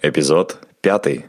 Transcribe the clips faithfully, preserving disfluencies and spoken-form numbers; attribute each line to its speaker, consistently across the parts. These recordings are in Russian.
Speaker 1: Эпизод пятый.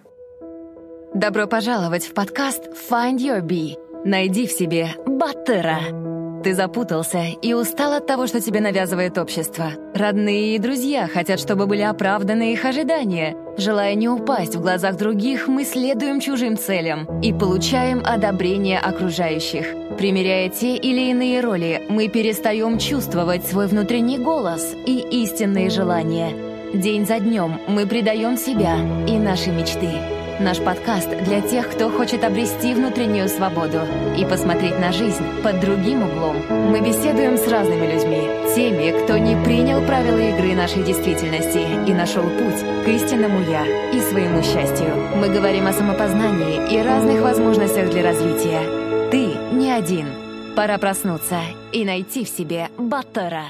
Speaker 2: Добро пожаловать в подкаст Find Your Bee. Найди в себе Баттера. Ты запутался и устал от того, что тебе навязывает общество. Родные и друзья хотят, чтобы были оправданы их ожидания. Желая не упасть в глазах других, мы следуем чужим целям и получаем одобрение окружающих. Примеряя те или иные роли, мы перестаем чувствовать свой внутренний голос и истинные желания. День за днем мы предаем себя и наши мечты. Наш подкаст для тех, кто хочет обрести внутреннюю свободу и посмотреть на жизнь под другим углом. Мы беседуем с разными людьми, теми, кто не принял правила игры нашей действительности и нашел путь к истинному «я» и своему счастью. Мы говорим о самопознании и разных возможностях для развития. Ты не один. Пора проснуться и найти в себе Баттера.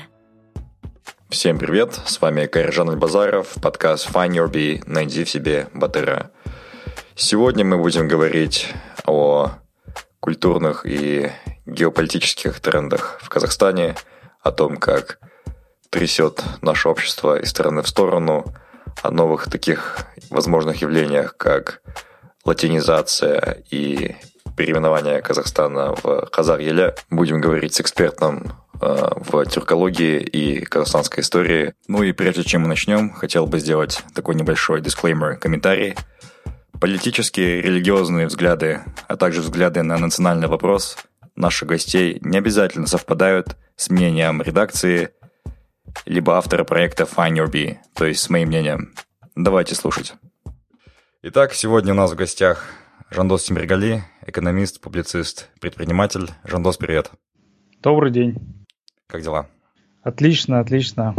Speaker 1: Всем привет, с вами Кайржан Альбазаров, подкаст Find Your Bee, найди в себе Баттера. Сегодня мы будем говорить о культурных и геополитических трендах в Казахстане, о том, как трясет наше общество из стороны в сторону, о новых таких возможных явлениях, как латинизация и переименование Казахстана в Казах-Еле. Будем говорить с экспертом э, в тюркологии и казахстанской истории. Ну и прежде чем мы начнем, хотел бы сделать такой небольшой дисклеймер, комментарий. Политические, религиозные взгляды, а также взгляды на национальный вопрос наших гостей не обязательно совпадают с мнением редакции либо автора проекта Find Your Bee, то есть с моим мнением. Давайте слушать. Итак, сегодня у нас в гостях Жандос Темиргали, экономист, публицист, предприниматель. Жандос, привет.
Speaker 3: Добрый день.
Speaker 1: Как дела?
Speaker 3: Отлично, отлично.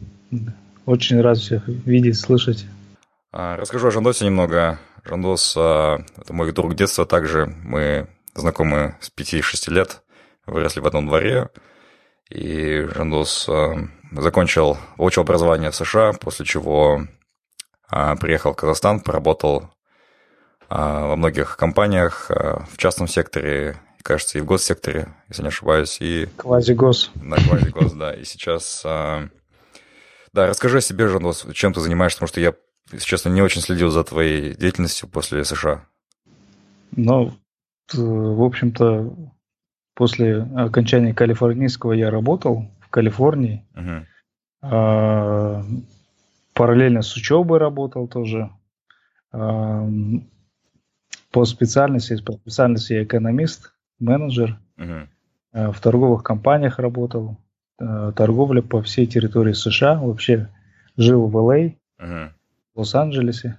Speaker 3: Очень рад всех видеть, слышать.
Speaker 1: Расскажу о Жандосе немного. Жандос – это мой друг детства также. Мы знакомы с пяти-шести лет, выросли в одном дворе. И Жандос закончил, получил образование в США, после чего приехал в Казахстан, поработал во многих компаниях, в частном секторе, кажется, и в госсекторе, если не ошибаюсь. И...
Speaker 3: Квазигос.
Speaker 1: Да, квазигос, да. И сейчас... Да, расскажи о себе, Жандос, чем ты занимаешься, потому что я, если честно, не очень следил за твоей деятельностью после США.
Speaker 3: Ну, в общем-то, после окончания калифорнийского я работал в Калифорнии.
Speaker 1: Угу.
Speaker 3: А, параллельно с учебой работал тоже. А, по специальности, по специальности я экономист, менеджер.
Speaker 1: Угу.
Speaker 3: А, в торговых компаниях работал. А, торговля по всей территории США. Вообще жил в Эл Эй.
Speaker 1: Угу.
Speaker 3: В Лос-Анджелесе.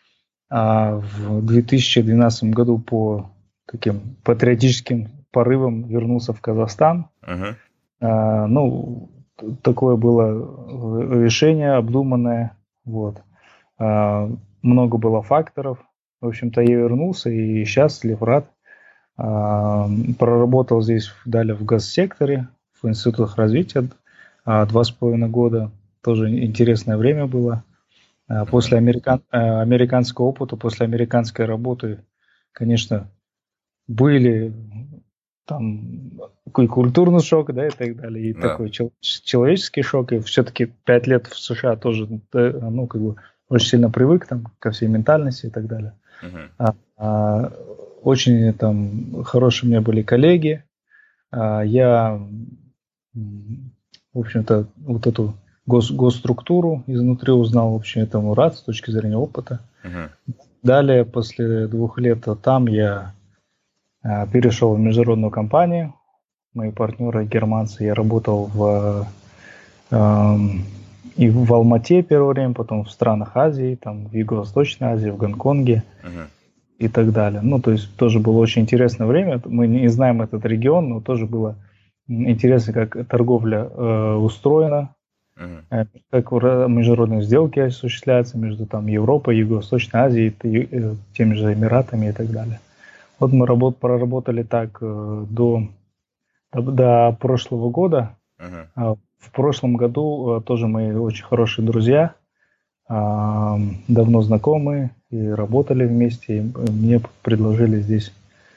Speaker 3: А в две тысячи двенадцатом году по таким патриотическим порывам вернулся в Казахстан.
Speaker 1: Uh-huh.
Speaker 3: А, ну, такое было решение обдуманное. Вот. А, много было факторов. В общем-то, я вернулся и счастлив, рад. А, проработал здесь далее в госсекторе, в институтах развития а, два с половиной года. Тоже интересное время было. После американ... американского опыта, после американской работы, конечно, были там такой культурный шок, да, и так далее, и да. такой чел... человеческий шок, и все-таки пять лет в США тоже, ну, как бы очень сильно привык там ко всей ментальности и так далее. Uh-huh. А, а, очень там хорошие у меня были коллеги, а, я, в общем-то, вот эту Гос, госструктуру изнутри узнал, в общем, этому рад с точки зрения опыта. Uh-huh. Далее, после двух лет там я а, перешел в международную компанию. Мои партнеры германцы. Я работал в, а, и в Алмате первое время, потом в странах Азии, там, в Юго-Восточной Азии, в Гонконге uh-huh. и так далее. Ну, то есть тоже было очень интересное время. Мы не знаем этот регион, но тоже было интересно, как торговля э, устроена. Uh-huh. Как международные сделки осуществляются между там, Европой, Юго-Восточной Азией, теми же Эмиратами и так далее. Вот мы работ, проработали так до, до, до прошлого года. Uh-huh. В прошлом году тоже мы очень хорошие друзья, давно знакомые и работали вместе. И мне предложили здесь,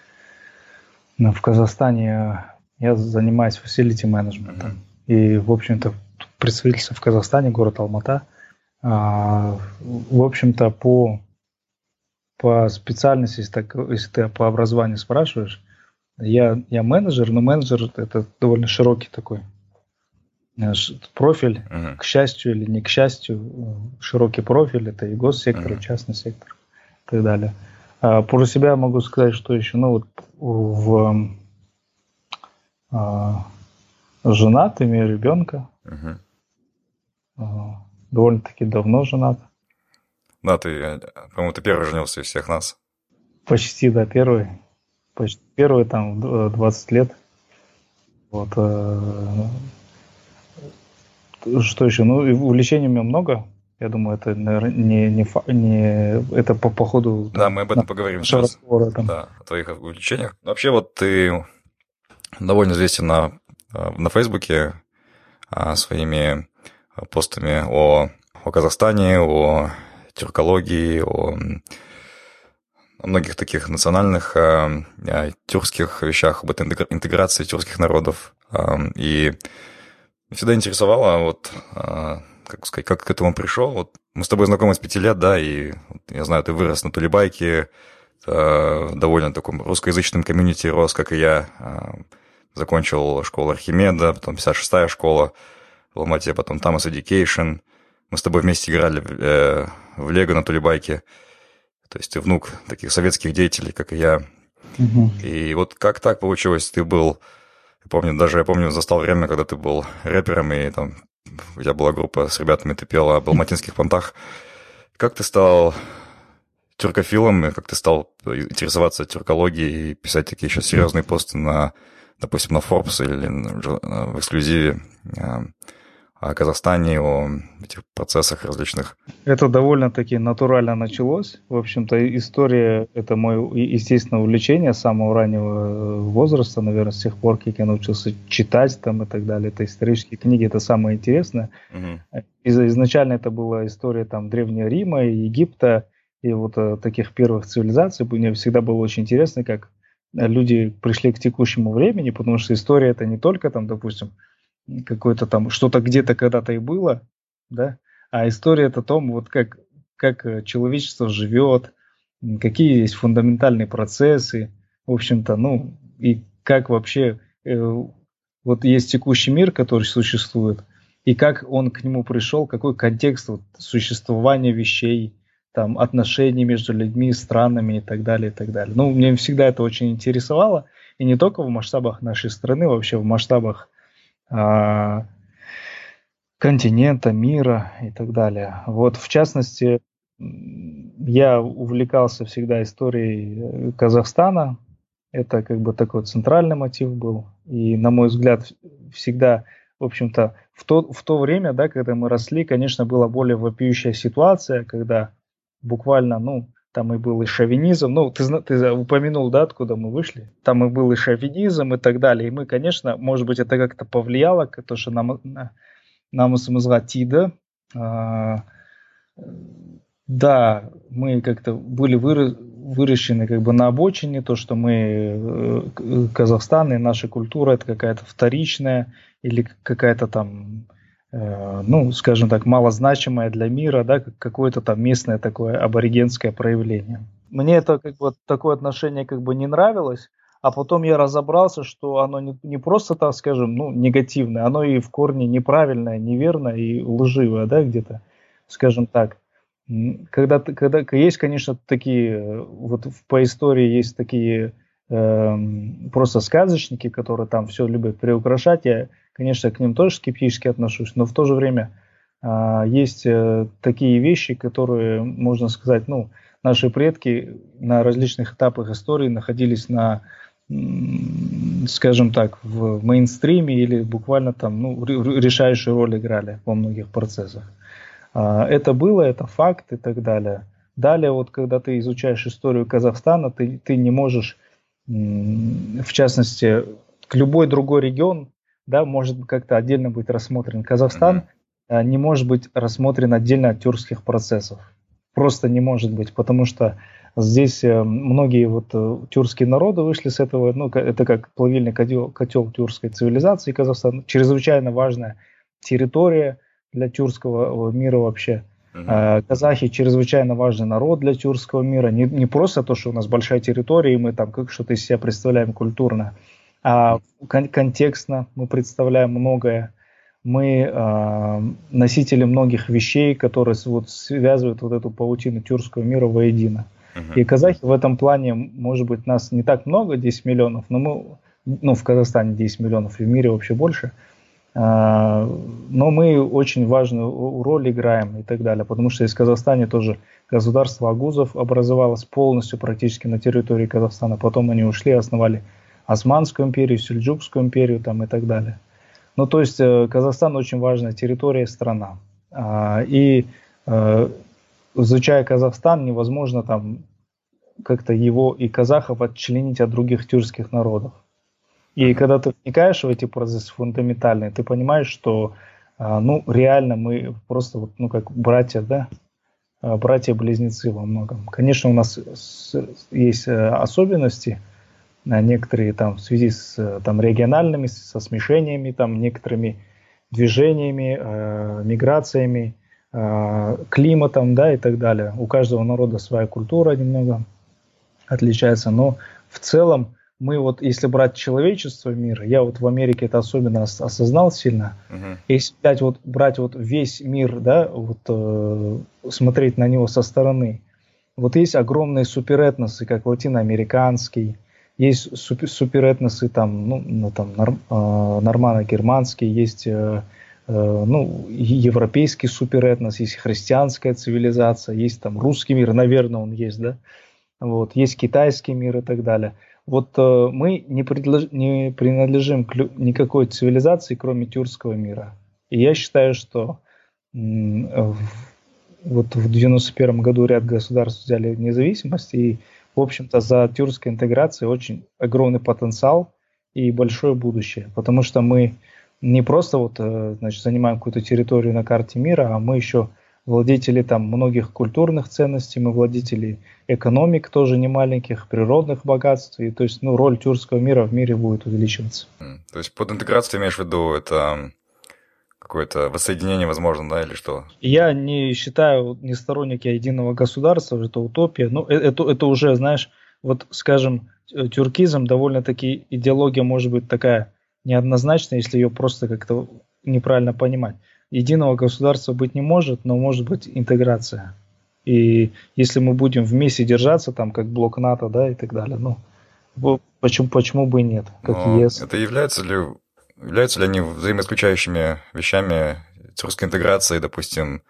Speaker 3: в Казахстане, я занимаюсь facility management. Uh-huh. И, в общем-то, представительство в Казахстане, город Алмата. А, в общем-то, по, по специальности, если, так, если ты по образованию спрашиваешь, я, я менеджер, но менеджер это довольно широкий такой профиль, uh-huh. к счастью или не к счастью, широкий профиль, это и госсектор, uh-huh. и частный сектор и так далее. А, про себя могу сказать, что еще, ну вот в а, женат, имею ребенка, uh-huh. а, довольно-таки давно женат.
Speaker 1: Да, ты, по-моему, ты первый женился из всех нас.
Speaker 3: Почти, да, первый. Почти первый, там, двадцать лет. Вот. Что еще? Ну, увлечений у меня много. Я думаю, это, наверное, не, не, не это по, по ходу...
Speaker 1: Да, там, мы об этом поговорим сейчас. Да, о твоих увлечениях. Вообще, вот ты довольно известен на, на Фейсбуке своими постами о, о Казахстане, о тюркологии, о, о многих таких национальных э, тюркских вещах, об интеграции тюркских народов. Э, и всегда интересовало, вот, э, как сказать, как к этому пришел. Вот мы с тобой знакомы с пяти лет, да, и я знаю, ты вырос на Тулебайке, э, довольно таком русскоязычном комьюнити рос, как и я. Э, закончил школу Архимеда, потом пятьдесят шестая школа в Алмате, потом Thomas Education. Мы с тобой вместе играли в, э, в Лего на Тулебайке. То есть ты внук таких советских деятелей, как и я. Угу. И вот как так получилось? Ты был, я помню, даже я помню, застал время, когда ты был рэпером, и там у тебя была группа с ребятами, ты пел об алматинских понтах. Как ты стал тюркофилом, и как ты стал интересоваться тюркологией и писать такие сейчас серьезные посты на, допустим, на Forbes или в эксклюзиве о Казахстане, о этих процессах различных?
Speaker 3: Это довольно-таки натурально началось. В общем-то, история – это мое естественное увлечение с самого раннего возраста, наверное, с тех пор, как я научился читать там и так далее. Это исторические книги, это самое интересное. Угу. Изначально это была история там Древнего Рима, Египта и вот таких первых цивилизаций. Мне всегда было очень интересно, как люди пришли к текущему времени, потому что история – это не только там, допустим, какое-то там, что-то где-то когда-то и было, да, а история это о том, вот как, как человечество живет, какие есть фундаментальные процессы, в общем-то, ну, и как вообще, э, вот есть текущий мир, который существует, и как он к нему пришел, какой контекст вот, существования вещей, там, отношений между людьми, странами и так далее, и так далее. Ну, мне всегда это очень интересовало, и не только в масштабах нашей страны, вообще в масштабах континента, мира и так далее. Вот, в частности, я увлекался всегда историей Казахстана. Это как бы такой центральный мотив был. И, на мой взгляд, всегда, в общем-то, в то, в то время, да, когда мы росли, конечно, была более вопиющая ситуация, когда буквально, ну, там и был и шовинизм, ну, ты, ты упомянул, да, откуда мы вышли, там и был и шовинизм и так далее, и мы, конечно, может быть, это как-то повлияло, то, что нам, нам тиды, а, да, мы как-то были выры, выращены как бы на обочине, то, что мы, Казахстан и наша культура, это какая-то вторичная или какая-то там, ну, скажем так, малозначимое для мира, да, какое-то там местное такое аборигенское проявление. Мне это как бы такое отношение как бы не нравилось, а потом я разобрался, что оно не, не просто, так скажем, ну, негативное, оно и в корне неправильное, неверное и лживое, да, где-то, скажем так. Когда, когда есть, конечно, такие, вот по истории есть такие э, просто сказочники, которые там все любят приукрашать, я, конечно, к ним тоже скептически отношусь, но в то же время э, есть э, такие вещи, которые, можно сказать, ну, наши предки на различных этапах истории находились на, скажем так, в мейнстриме или буквально там, ну, решающую роль играли во многих процессах. Это было, это факт и так далее. Далее, вот когда ты изучаешь историю Казахстана, ты, ты не можешь, в частности, любой другой регион, да, может как-то отдельно быть рассмотрен. Казахстан mm-hmm. не может быть рассмотрен отдельно от тюркских процессов. Просто не может быть, потому что здесь многие вот тюркские народы вышли с этого, ну, это как плавильный котел, котел тюркской цивилизации. Казахстан чрезвычайно важная территория для тюркского мира вообще. Uh-huh. Казахи чрезвычайно важный народ для тюркского мира. Не, не просто то, что у нас большая территория, и мы там как что-то из себя представляем культурно, а кон- контекстно мы представляем многое. Мы э, носители многих вещей, которые вот связывают вот эту паутину тюркского мира воедино. Uh-huh. И казахи в этом плане, может быть, нас не так много, десять миллионов, но мы, ну, в Казахстане десять миллионов, и в мире вообще больше. Э, но мы очень важную роль играем и так далее, потому что из Казахстана тоже государство агузов образовалось полностью практически на территории Казахстана. Потом они ушли, основали Османскую империю, Сельджукскую империю там, и так далее. Ну, то есть Казахстан очень важная территория, страна. И изучая Казахстан, невозможно там как-то его и казахов отчленить от других тюркских народов. И когда ты вникаешь в эти процессы фундаментальные, ты понимаешь, что ну, реально мы просто вот, ну, как братья, да, братья-близнецы во многом. Конечно, у нас есть особенности, некоторые там в связи с там, региональными, со смешениями, там, некоторыми движениями, э, миграциями, э, климатом, да, и так далее. У каждого народа своя культура немного отличается, но в целом мы вот, если брать человечество мира, я вот в Америке это особенно ос- осознал сильно, uh-huh. если брать вот, брать вот весь мир, да, вот э, смотреть на него со стороны, вот есть огромные суперэтносы, как латиноамериканский, есть супер, суперэтносы там, ну, ну, там норм, э, нормано-германские, есть э, э, ну, европейский суперэтнос, есть христианская цивилизация, есть там русский мир, наверное, он есть, да, вот, есть китайский мир и так далее. Вот э, мы не, предлож, не принадлежим к лю- никакой цивилизации, кроме тюркского мира. И я считаю, что э, вот в девяносто первом году ряд государств взяли независимость, и в общем-то, за тюркской интеграцией очень огромный потенциал и большое будущее, потому что мы не просто вот, значит, занимаем какую-то территорию на карте мира, а мы еще владетели там многих культурных ценностей, мы владетели экономик тоже немаленьких, природных богатств, и то есть, ну, роль тюркского мира в мире будет увеличиваться.
Speaker 1: То есть под интеграцией ты имеешь в виду это какое-то воссоединение, возможно, да, или что?
Speaker 3: Я не считаю, не сторонник я единого государства, это утопия. Ну, это, это уже, знаешь, вот, скажем, тюркизм довольно-таки идеология может быть такая неоднозначная, если ее просто как-то неправильно понимать. Единого государства быть не может, но может быть интеграция. И если мы будем вместе держаться, там, как блок НАТО, да, и так далее, ну, почему, почему бы и нет, как
Speaker 1: но
Speaker 3: ЕС.
Speaker 1: Это является ли, являются ли они взаимоисключающими вещами тюркской интеграции, допустим,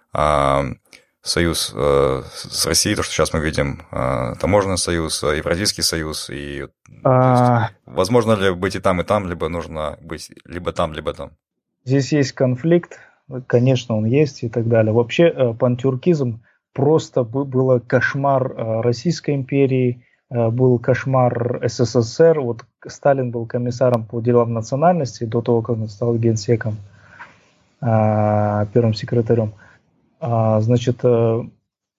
Speaker 1: союз с Россией, то, что сейчас мы видим, таможенный союз, Евразийский союз, и а... есть, возможно ли быть и там, и там, либо нужно быть либо там, либо там?
Speaker 3: Здесь есть конфликт, конечно, он есть и так далее. Вообще пантюркизм просто было кошмар Российской империи, был кошмар СССР. Вот Сталин был комиссаром по делам национальности до того, как он стал генсеком, первым секретарем. Значит, он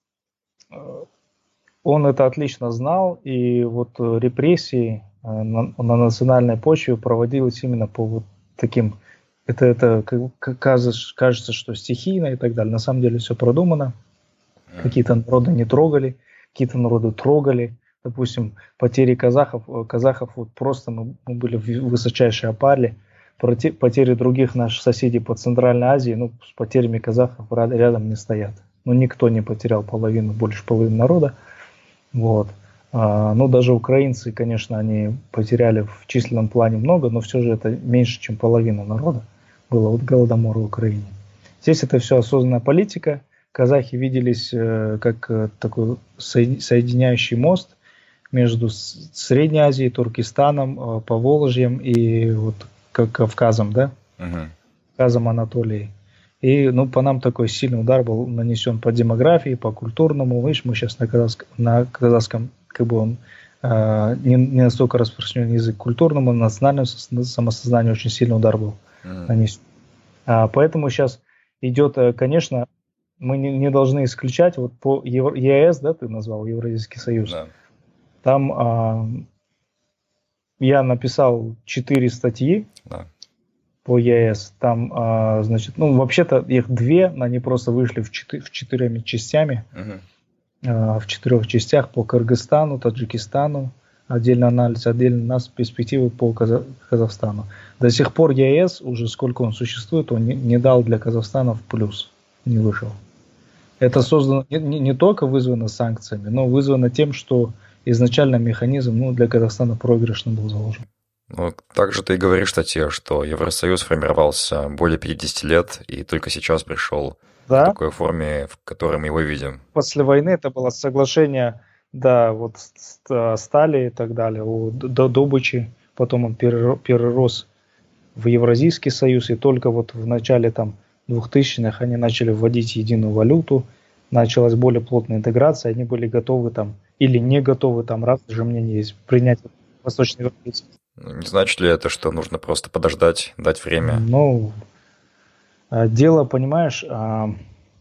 Speaker 3: это отлично знал, и вот репрессии на, на национальной почве проводились именно по вот таким, это, это кажется, кажется, что стихийно и так далее. На самом деле все продумано. Какие-то народы не трогали, какие-то народы трогали. Допустим, потери казахов, казахов вот просто мы, мы были в высочайшей опале. Потери других наших соседей по Центральной Азии, ну, с потерями казахов рядом не стоят. Ну, никто не потерял половину, больше половины народа. Вот. А, ну, даже украинцы, конечно, они потеряли в численном плане много, но все же это меньше, чем половина народа было от Голодомора в Украине. Здесь это все осознанная политика. Казахи виделись э, как э, такой соединяющий мост между Средней Азией, Туркестаном, э, Поволжьем и вот как Кавказом, да, uh-huh. Кавказом, Анатолией. И, ну, по нам такой сильный удар был нанесен по демографии, по культурному. Видишь, мы сейчас на казахском, на казахском как бы он э, не, не настолько распространен язык, культурному, национальному самосознанию очень сильный удар был uh-huh. нанесен. А, поэтому сейчас идет, конечно, мы не, не должны исключать, вот по Евро, ЕС, да, ты назвал, Евразийский союз, uh-huh. там... А, я написал четыре статьи, да. по ЕС. Там, а, значит, ну, вообще-то их две, они просто вышли в, четы- в четыреми частями.
Speaker 1: Мгм.
Speaker 3: А, в четырех частях по Кыргызстану, Таджикистану. Отдельно анализ, отдельно у нас перспективы по Каза- Казахстану. До сих пор ЕС, уже сколько он существует, он не, не дал для Казахстана в плюс, не вышел. Это создано не, не, не только вызвано санкциями, но вызвано тем, что изначально механизм, ну, для Казахстана проигрышно был заложен.
Speaker 1: Ну, также ты и говоришь в статье, что Евросоюз формировался более пятьдесят лет и только сейчас пришел в
Speaker 3: Да,
Speaker 1: такой форме, в которой мы его видим.
Speaker 3: после войны это было соглашение, да, вот с- с- стали и так далее, о д- д- добыче, потом он переро- перерос в Евразийский союз, и только вот в начале там двухтысячных они начали вводить единую валюту, началась более плотная интеграция, они были готовы там, или не готовы, там разные же мнения есть, принять восточноевропейский.
Speaker 1: Ну, не значит ли это, что нужно просто подождать, дать время?
Speaker 3: Ну, а, дело, понимаешь, а,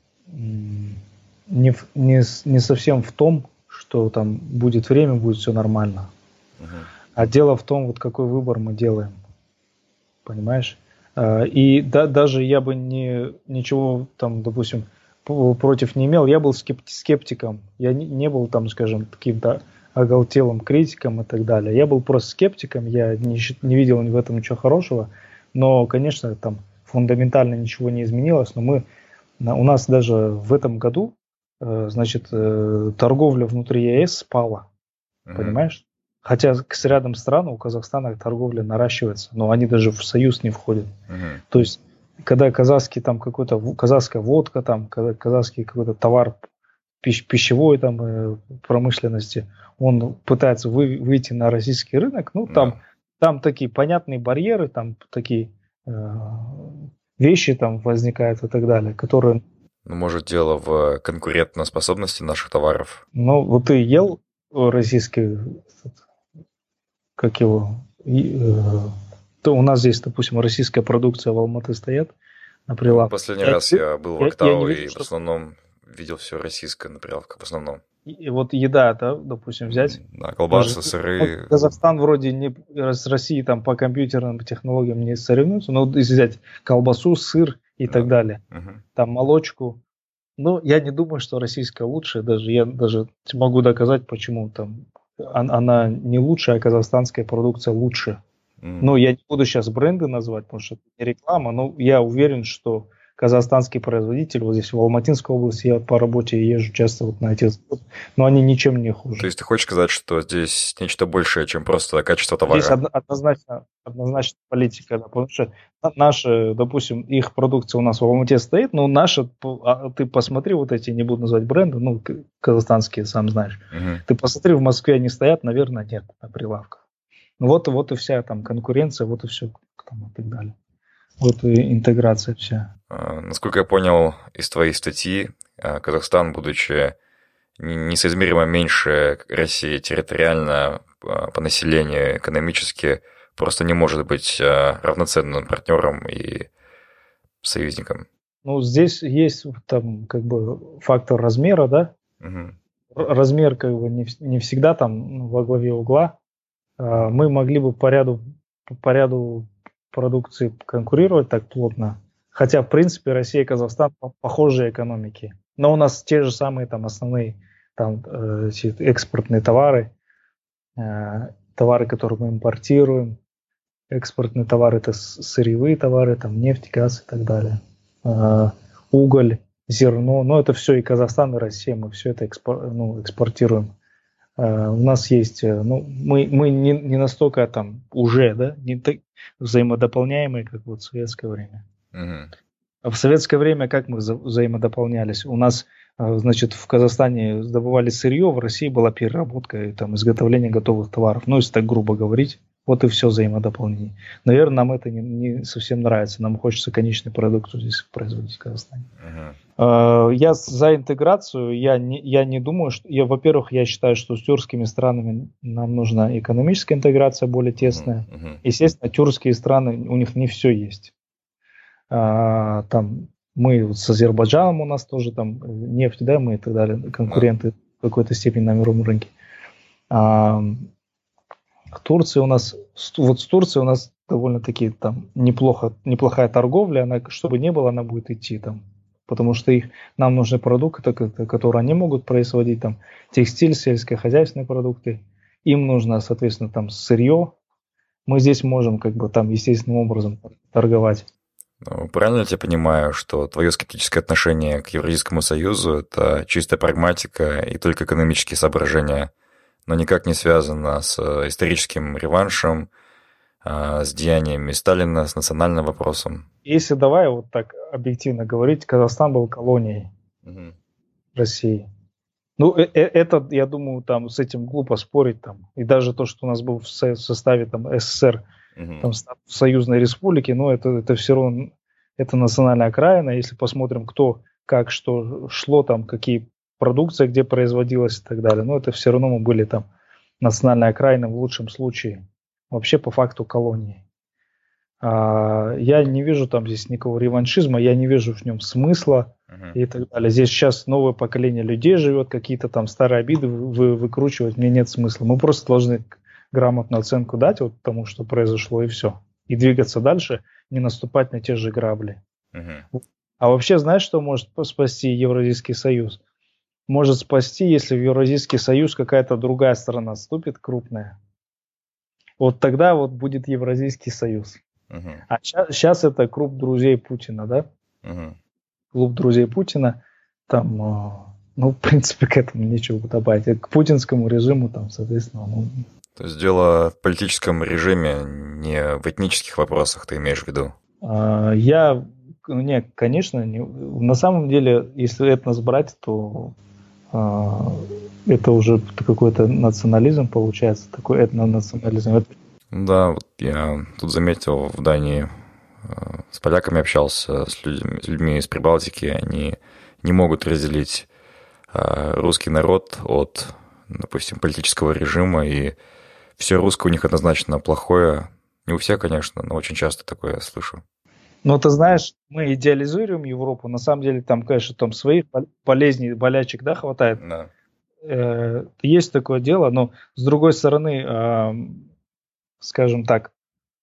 Speaker 3: м, не, в- не, с- не совсем в том, что там будет время, будет все нормально.
Speaker 1: Мгм.
Speaker 3: А дело в том, вот какой выбор мы делаем, понимаешь? А, И да, даже я бы не, ничего там, допустим, п- против не имел. Я был скеп- скептиком. Я не, не был там, скажем, каким-то оголтелым критиком и так далее. Я был просто скептиком. Я не, щи- не видел в этом ничего хорошего. Но, конечно, там фундаментально ничего не изменилось. Но мы, на- у нас даже в этом году, э, значит, э, торговля внутри ЕС спала.
Speaker 1: Мгм.
Speaker 3: Понимаешь? Хотя с рядом стран у Казахстана торговля наращивается, но они даже в союз не входят.
Speaker 1: Мгм.
Speaker 3: То есть, когда казахский там какой-то в- казахская водка, там когда казахский какой-то товар пищ- пищевой там э, промышленности, он пытается вы- выйти на российский рынок, ну там
Speaker 1: Да.
Speaker 3: там такие понятные барьеры, там такие э, вещи там возникают и так далее, которые,
Speaker 1: Ну, может, дело в конкурентоспособности наших товаров.
Speaker 3: ну вот ты ел российский, как его, и, э, то у нас здесь, допустим, российская продукция в Алматы стоит на
Speaker 1: Ну,
Speaker 3: прилавке.
Speaker 1: последний
Speaker 3: Я,
Speaker 1: раз я был в
Speaker 3: я, я не
Speaker 1: Актау
Speaker 3: вижу,
Speaker 1: и в
Speaker 3: что
Speaker 1: основном видел все российское на прилавках, в основном.
Speaker 3: и, и вот еда, да, допустим, взять.
Speaker 1: М, Да,
Speaker 3: Мы
Speaker 1: колбасы,
Speaker 3: же- ну,
Speaker 1: сыры.
Speaker 3: Казахстан вроде не с Россией там по компьютерным технологиям не соревнуется, но вот если взять колбасу, сыр и
Speaker 1: Да.
Speaker 3: так далее,
Speaker 1: Мгм.
Speaker 3: там молочку, ну, я не думаю, что российская лучше, даже я даже могу доказать, почему там он- она не лучше, а казахстанская продукция лучше.
Speaker 1: М.
Speaker 3: Ну, я не буду сейчас бренды назвать, потому что это не реклама, но я уверен, что казахстанский производитель, вот здесь в Алматинской области, я по работе езжу часто вот на эти заводы, но они ничем не
Speaker 1: То
Speaker 3: хуже.
Speaker 1: есть ты хочешь сказать, что здесь нечто большее, чем просто качество
Speaker 3: Здесь
Speaker 1: товара?
Speaker 3: одно- однозначно, однозначно политика, да, потому что на- наша, допустим, их продукция у нас в Алмате стоит, но наша, п- а ты посмотри, вот эти, не буду называть бренды, ну, к- казахстанские, сам знаешь,
Speaker 1: Мгм.
Speaker 3: ты посмотри, в Москве они стоят, наверное, нет на прилавках. Ну, Вот, вот и вся там конкуренция, вот и все там, и так далее. Вот и интеграция вся.
Speaker 1: А, Насколько я понял из твоей статьи, а, Казахстан, будучи не- несоизмеримо меньше России территориально, а, по населению, экономически, просто не может быть а, равноценным партнером и союзником.
Speaker 3: Ну, здесь есть там как бы фактор размера, да.
Speaker 1: Мгм.
Speaker 3: Р- Размер как бы не, вс- не всегда там ну, во главе угла. А, Мы могли бы по ряду, по ряду продукции конкурировать так плотно. Хотя, в принципе, Россия и Казахстан по- похожие экономики. Но у нас те же самые там основные там, э, эти экспортные товары, э, товары, которые мы импортируем. Экспортные товары это с- сырьевые товары, там нефть, газ и так далее. А, Уголь, зерно, но это все и Казахстан, и Россия, мы все это экспор- ну, экспортируем. А, У нас есть, э, ну, мы, мы не, не настолько там уже, да, не так взаимодополняемые, как вот в советское время.
Speaker 1: Мгм.
Speaker 3: А в советское время как мы вза- взаимодополнялись? У нас, а, значит, в Казахстане добывали сырье, в России была переработка и там изготовление готовых товаров. Ну, если так грубо говорить, вот и все взаимодополнение. Наверное, нам это не, не совсем нравится. Нам хочется конечный продукт здесь производить в Казахстане.
Speaker 1: Мгм.
Speaker 3: А, Я с- за интеграцию. Я не, я не думаю, что... Я, во-первых, я считаю, что с тюркскими странами нам нужна экономическая интеграция более тесная.
Speaker 1: Мгм. Мгм.
Speaker 3: Естественно, тюркские страны, у них не все есть. А, там мы вот с Азербайджаном у нас тоже там э, нефть, да, мы и так далее, конкуренты в какой-то степени на мировом рынке. А, в Турции у нас, с- вот с Турцией у нас довольно-таки там неплохо, неплохая торговля, она, чтобы не было, она будет идти там. Потому что их, нам нужны продукты, которые они могут производить, там, текстиль, сельскохозяйственные продукты. Им нужно, соответственно, там, сырье. Мы здесь можем, как бы, там, естественным образом торговать.
Speaker 1: Ну, правильно я тебя понимаю, что твое скептическое отношение к Евразийскому Союзу – это чистая прагматика и только экономические соображения, но никак не связано с историческим реваншем, с деяниями Сталина, с национальным вопросом?
Speaker 3: Если давай вот так объективно говорить, Казахстан был колонией угу. России. Ну, это, я думаю, там с этим глупо спорить. Там. И даже то, что у нас был в составе там, СССР, угу. там, союзной республики, но это, это все равно это национальная окраина. Если посмотрим, кто, как, что шло, там, какие продукции, где производилась и так далее, но это все равно мы были там национальной окраиной в лучшем случае. Вообще по факту колонии. А, я не вижу там здесь никакого реваншизма, я не вижу в нем смысла uh-huh. и так далее. Здесь сейчас новое поколение людей живет, какие-то там старые обиды вы, выкручивать, мне нет смысла. Мы просто должны грамотную оценку дать вот тому, что произошло, и все. И двигаться дальше, не наступать на те же грабли. Uh-huh. А вообще, знаешь, что может спасти Евразийский союз? Может спасти, если в Евразийский союз какая-то другая страна вступит, крупная. Вот тогда вот будет Евразийский союз. Uh-huh. А сейчас, сейчас это клуб друзей Путина, да? Uh-huh. Клуб друзей Путина. Там, ну, в принципе, к этому нечего добавить. К путинскому режиму там, соответственно, ну...
Speaker 1: То есть дело в политическом режиме, не в этнических вопросах, ты имеешь в виду?
Speaker 3: А, я, не, конечно, не, на самом деле, если этнос брать, то а, это уже какой-то национализм получается, такой этнонационализм.
Speaker 1: Да, вот я тут заметил, в Дании с поляками общался, с людьми, с людьми из Прибалтики, они не могут разделить русский народ от, допустим, политического режима, и все русское у них однозначно плохое. Не у всех, конечно, но очень часто такое я слышу.
Speaker 3: Ну, ты знаешь, мы идеализируем Европу, на самом деле там, конечно, там своих болезней, болячек, да, хватает.
Speaker 1: Да.
Speaker 3: Есть такое дело, но с другой стороны, скажем так,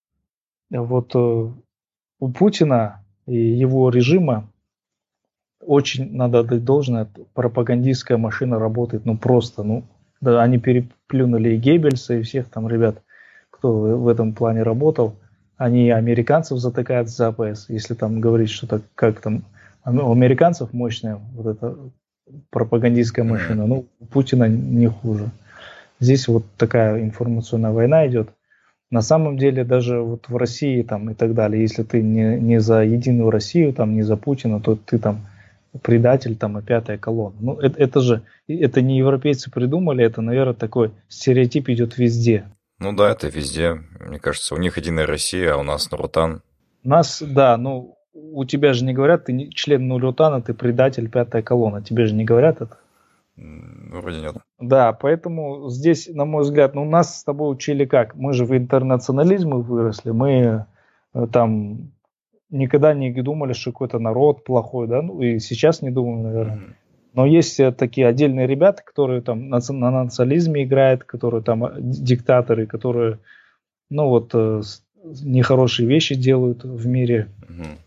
Speaker 3: вот у Путина и его режима очень, надо отдать должное, пропагандистская машина работает, ну просто, ну, да, они переплюнули и Геббельса, и всех там ребят, кто в этом плане работал, они американцев затыкают за АПС, если там говорить что-то, как там, у американцев мощная вот эта пропагандистская машина, ну, у Путина не хуже. Здесь вот такая информационная война идет. На самом деле даже вот в России там и так далее, если ты не, не за единую Россию, там, не за Путина, то ты там предатель, там, и пятая колонна. Ну, это, это же, это не европейцы придумали, это, наверное, такой стереотип идет везде.
Speaker 1: Ну да, это везде. Мне кажется, у них единая Россия, а у нас Нуротан.
Speaker 3: У нас, да, ну, у тебя же не говорят, ты не, член Нуротана, ты предатель, пятая колонна. Тебе же не говорят это?
Speaker 1: Ну, вроде нет.
Speaker 3: Да, поэтому здесь, на мой взгляд, ну, нас с тобой учили как? Мы же в интернационализме выросли, мы там никогда не думали, что какой-то народ плохой, да, ну, и сейчас не думаем, наверное. Mm-hmm. Но есть такие отдельные ребята, которые там на, на национализме играют, которые там диктаторы, которые, ну, вот, нехорошие вещи делают в мире. Mm-hmm.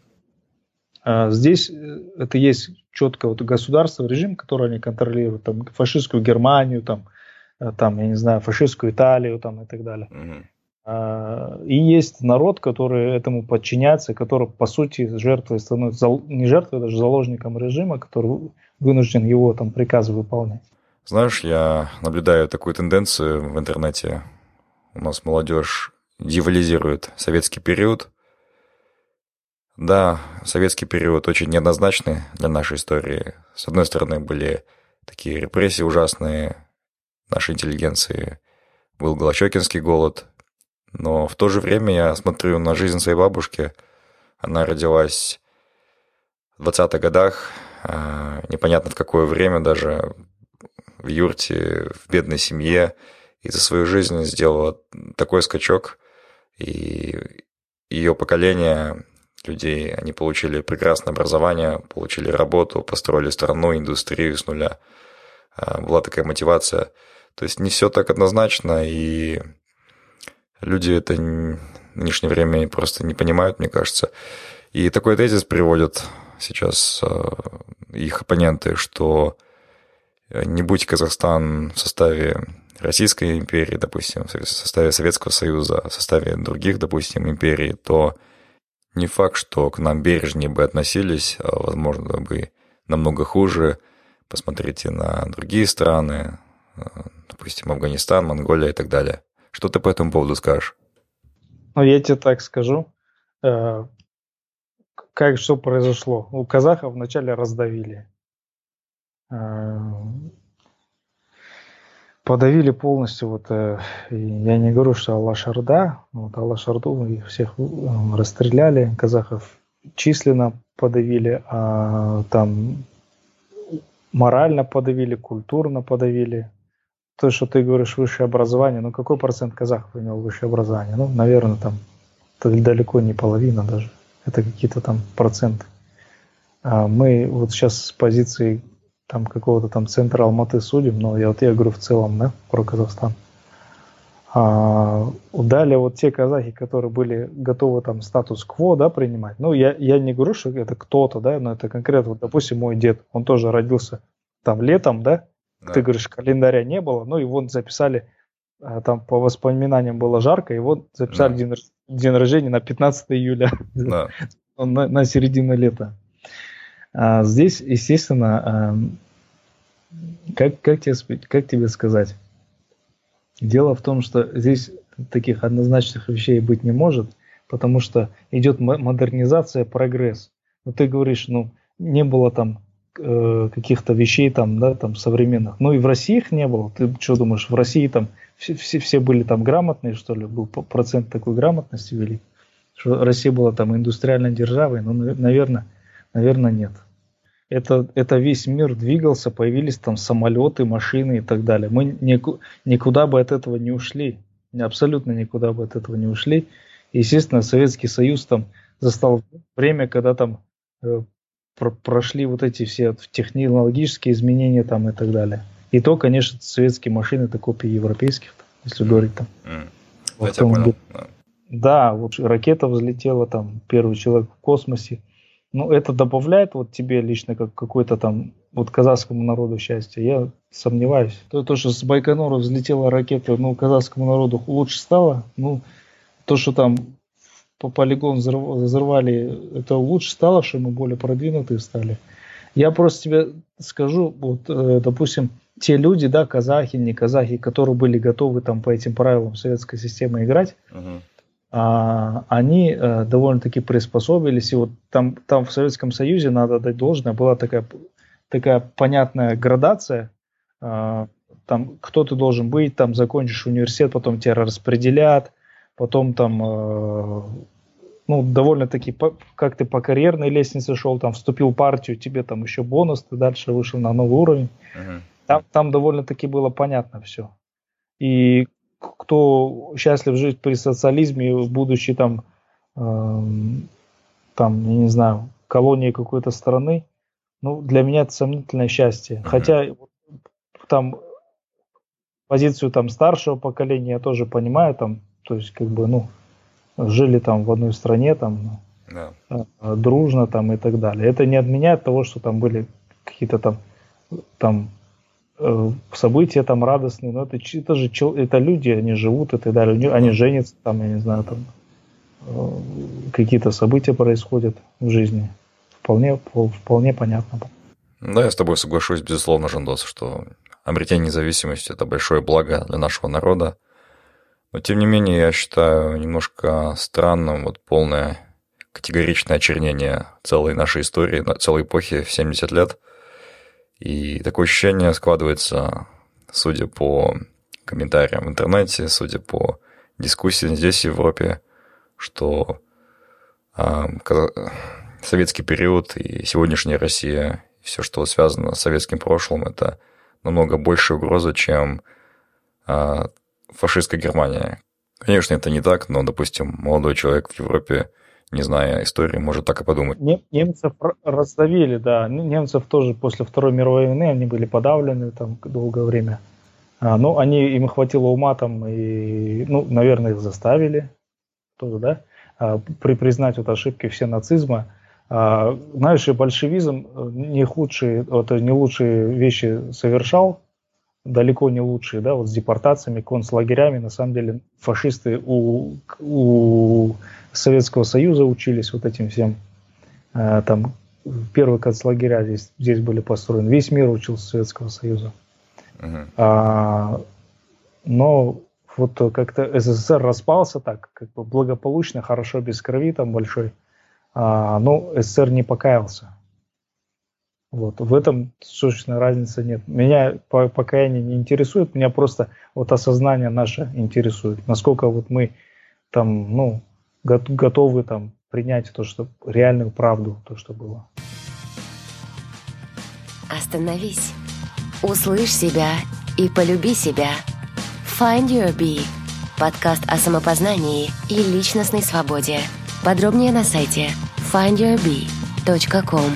Speaker 3: А здесь это есть четко вот государство, режим, который они контролируют, там, фашистскую Германию, там, там, я не знаю, фашистскую Италию, там, и так далее. Mm-hmm. А, и есть народ, который этому подчиняется, который, по сути, жертвой становится, не жертвой, даже заложником режима, который вынужден его там приказы выполнять.
Speaker 1: Знаешь, я наблюдаю такую тенденцию в интернете. У нас молодежь дьяволизирует советский период. Да, советский период очень неоднозначный для нашей истории. С одной стороны, были такие репрессии ужасные нашей интеллигенции. Был Голощёкинский голод. Но в то же время я смотрю на жизнь своей бабушки. Она родилась в двадцатых годах, непонятно в какое время, даже в юрте, в бедной семье. И за свою жизнь сделала такой скачок. И ее поколение людей, они получили прекрасное образование, получили работу, построили страну, индустрию с нуля. Была такая мотивация. То есть не все так однозначно, и люди это в нынешнее время просто не понимают, мне кажется. И такой тезис приводят сейчас их оппоненты, что не будь Казахстан в составе Российской империи, допустим, в составе Советского Союза, в составе других, допустим, империй, то не факт, что к нам бережнее бы относились, а, возможно, бы намного хуже. Посмотрите на другие страны, допустим, Афганистан, Монголия и так далее. Что ты по этому поводу скажешь?
Speaker 3: Ну, я тебе так скажу. Как что произошло? У казахов вначале раздавили. Подавили полностью. Вот, я не говорю, что Алаш-Орда. Вот Алаш-Орду их всех расстреляли. Казахов численно подавили, а там морально подавили, культурно подавили. То, что ты говоришь, высшее образование. Ну, какой процент казахов имел высшее образование? Ну, наверное, там далеко не половина даже. Это какие-то там проценты. А мы вот сейчас с позиции там какого-то там центра Алматы судим, но я вот я говорю в целом, да, про Казахстан. А, далее вот те казахи, которые были готовы там статус-кво, да, принимать. Ну, я, я не говорю, что это кто-то, да, но это конкретно, вот, допустим, мой дед, он тоже родился там летом, да, да. Ты говоришь, календаря не было, ну, и вот записали, там по воспоминаниям было жарко, и вот записали да. день, день рождения на пятнадцатое июля, да. на, на середину лета. А здесь, естественно, как, как, тебе, как тебе сказать? Дело в том, что здесь таких однозначных вещей быть не может, потому что идет модернизация, прогресс. Но ты говоришь, ну, не было там э, каких-то вещей там, да, там современных. Ну и в России их не было. Ты что думаешь, в России там все, все, все были там грамотные, что ли? Был процент такой грамотности велик? Что Россия была там индустриальной державой? Ну, наверное, наверное, нет. Это, это весь мир двигался, появились там самолеты, машины и так далее. Мы нику, никуда бы от этого не ушли. Абсолютно никуда бы от этого не ушли. Естественно, Советский Союз там застал время, когда там э, про, прошли вот эти все технологические изменения там и так далее. И то, конечно, советские машины это копии европейских, там, если mm. говорить там. Mm. Вот я понял. Да. да, вот ракета взлетела, там первый человек в космосе. Ну, это добавляет вот тебе лично как какой-то там вот казахскому народу счастья? Я сомневаюсь. То, то, что с Байконура взлетела ракета, ну, казахскому народу лучше стало. Ну, то, что там по полигон взорвали, это лучше стало, что мы более продвинутые стали. Я просто тебе скажу, вот, э, допустим, те люди, да, казахи, не казахи, которые были готовы там по этим правилам советской системы играть, uh-huh. а, они э, довольно-таки приспособились. И вот там, там в Советском Союзе, надо дать должное, была такая, такая понятная градация. Э, там, кто ты должен быть, там закончишь университет, потом тебя распределят, потом там... Э, ну, довольно-таки, как ты по карьерной лестнице шел, там, вступил в партию, тебе там еще бонус, ты дальше вышел на новый уровень. Uh-huh. Там, там довольно-таки было понятно все. И кто счастлив жить при социализме, будучи там, э, там, я не знаю, колонией какой-то страны, ну, для меня это сомнительное счастье. Uh-huh. Хотя там позицию там старшего поколения я тоже понимаю, там, то есть, как бы, ну, жили там в одной стране, там, да. э, дружно там и так далее. Это не отменяет того, что там были какие-то там, там э, события там радостные, но это, это же это люди, они живут и так далее, они женятся, там, я не знаю, там э, какие-то события происходят в жизни. Вполне, вполне понятно.
Speaker 1: Да, я с тобой соглашусь, безусловно, Жандос, что обретение независимости – это большое благо для нашего народа. Но, тем не менее, я считаю немножко странным вот полное категоричное очернение целой нашей истории, целой эпохи в семьдесят лет. И такое ощущение складывается, судя по комментариям в интернете, судя по дискуссиям здесь, в Европе, что э, советский период и сегодняшняя Россия, все, что связано с советским прошлым, это намного большая угроза, чем... Э, фашистская Германия. Конечно, это не так, но, допустим, молодой человек в Европе, не зная истории, может так и подумать.
Speaker 3: Немцев раздавили, да. Немцев тоже после Второй мировой войны, они были подавлены там долгое время. А, ну, они, им хватило ума там, и, ну, наверное, их заставили тоже, да, а, при, признать вот ошибки все нацизма. А, знаешь, и большевизм не худшие, вот, не лучшие вещи совершал, далеко не лучшие, да, вот с депортациями, концлагерями. На самом деле фашисты у, у Советского Союза учились вот этим всем. А, там первые концлагеря здесь, здесь были построены. Весь мир учился Советского Союза. Uh-huh. А, но вот как-то СССР распался так, как бы благополучно, хорошо, без крови там большой. А, но СССР не покаялся. Вот. В этом существенной разницы нет. Меня покаяние не интересует, меня просто вот осознание наше интересует. Насколько вот мы там, ну, готовы там принять то, что реальную правду, то, что было.
Speaker 2: Остановись. Услышь себя и полюби себя. Find Your Bee. Подкаст о самопознании и личностной свободе. Подробнее на сайте файнд юр би точка ком.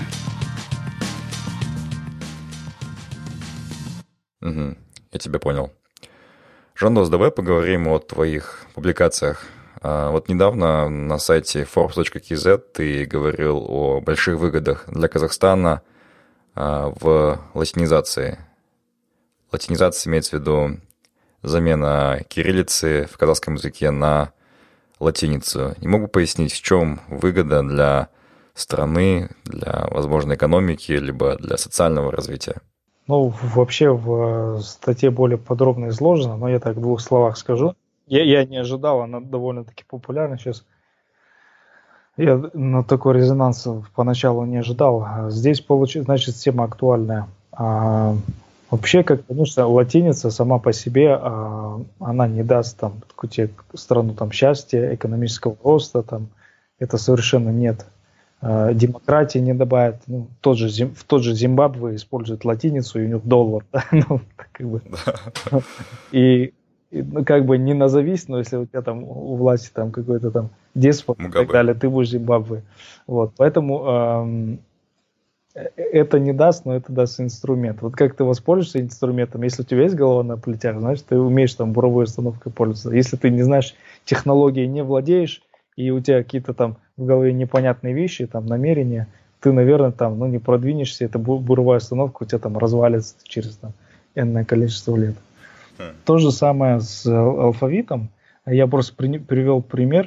Speaker 1: Угу, я тебя понял. Жандос, давай поговорим о твоих публикациях. А, вот недавно на сайте форбс точка кей зет ты говорил о больших выгодах для Казахстана а, в латинизации. Латинизация имеется в виду замена кириллицы в казахском языке на латиницу. Не могу пояснить, в чем выгода для страны, для, возможно, экономики, либо для социального развития?
Speaker 3: Ну, вообще в статье более подробно изложено, но я так в двух словах скажу. Я, я не ожидал, она довольно-таки популярна сейчас. Я на такой резонанс поначалу не ожидал. Здесь, получается, значит, тема актуальная. А, вообще, как, конечно, латиница сама по себе, а, она не даст там какую-то страну там счастья, экономического роста, там, это совершенно нет. А, демократии не добавит. Ну, тот же, в тот же Зимбабве использует латиницу, и у них доллар. Да? Ну, как бы. И ну, как бы не назовись, но если у тебя там у власти там какой-то там деспот и так далее, ты будешь Зимбабве. Вот, поэтому эм, это не даст, но это даст инструмент. Вот как ты воспользуешься инструментом, если у тебя есть голова на плетях, значит, ты умеешь там буровой установкой пользоваться. Если ты не знаешь технологии, не владеешь, и у тебя какие-то там в голове непонятные вещи, там намерения, ты, наверное, там, ну, не продвинешься, эта буровая установка у тебя там развалится через там энное количество лет. То же самое с алфавитом. Я просто при, привел пример.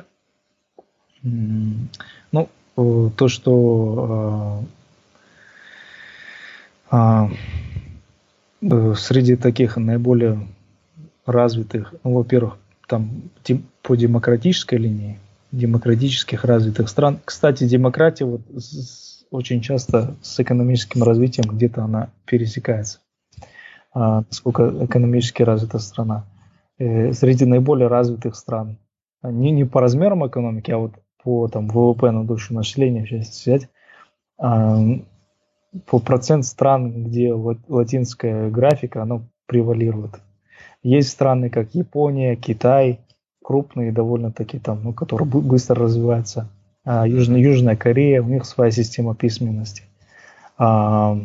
Speaker 3: Ну, то, что э, э, среди таких наиболее развитых, ну, во-первых, там по демократической линии, демократических развитых стран. Кстати, демократия вот с, очень часто с экономическим развитием где-то она пересекается. Насколько экономически развита страна. Э, среди наиболее развитых стран, не, не по размерам экономики, а вот по там, вэ вэ пэ на душу населения, сейчас взять, э, по процент стран, где латинская графика, она превалирует. Есть страны, как Япония, Китай, крупные довольно-таки, там, ну, которые быстро развиваются. А Южная, Южная Корея, у них своя система письменности. А,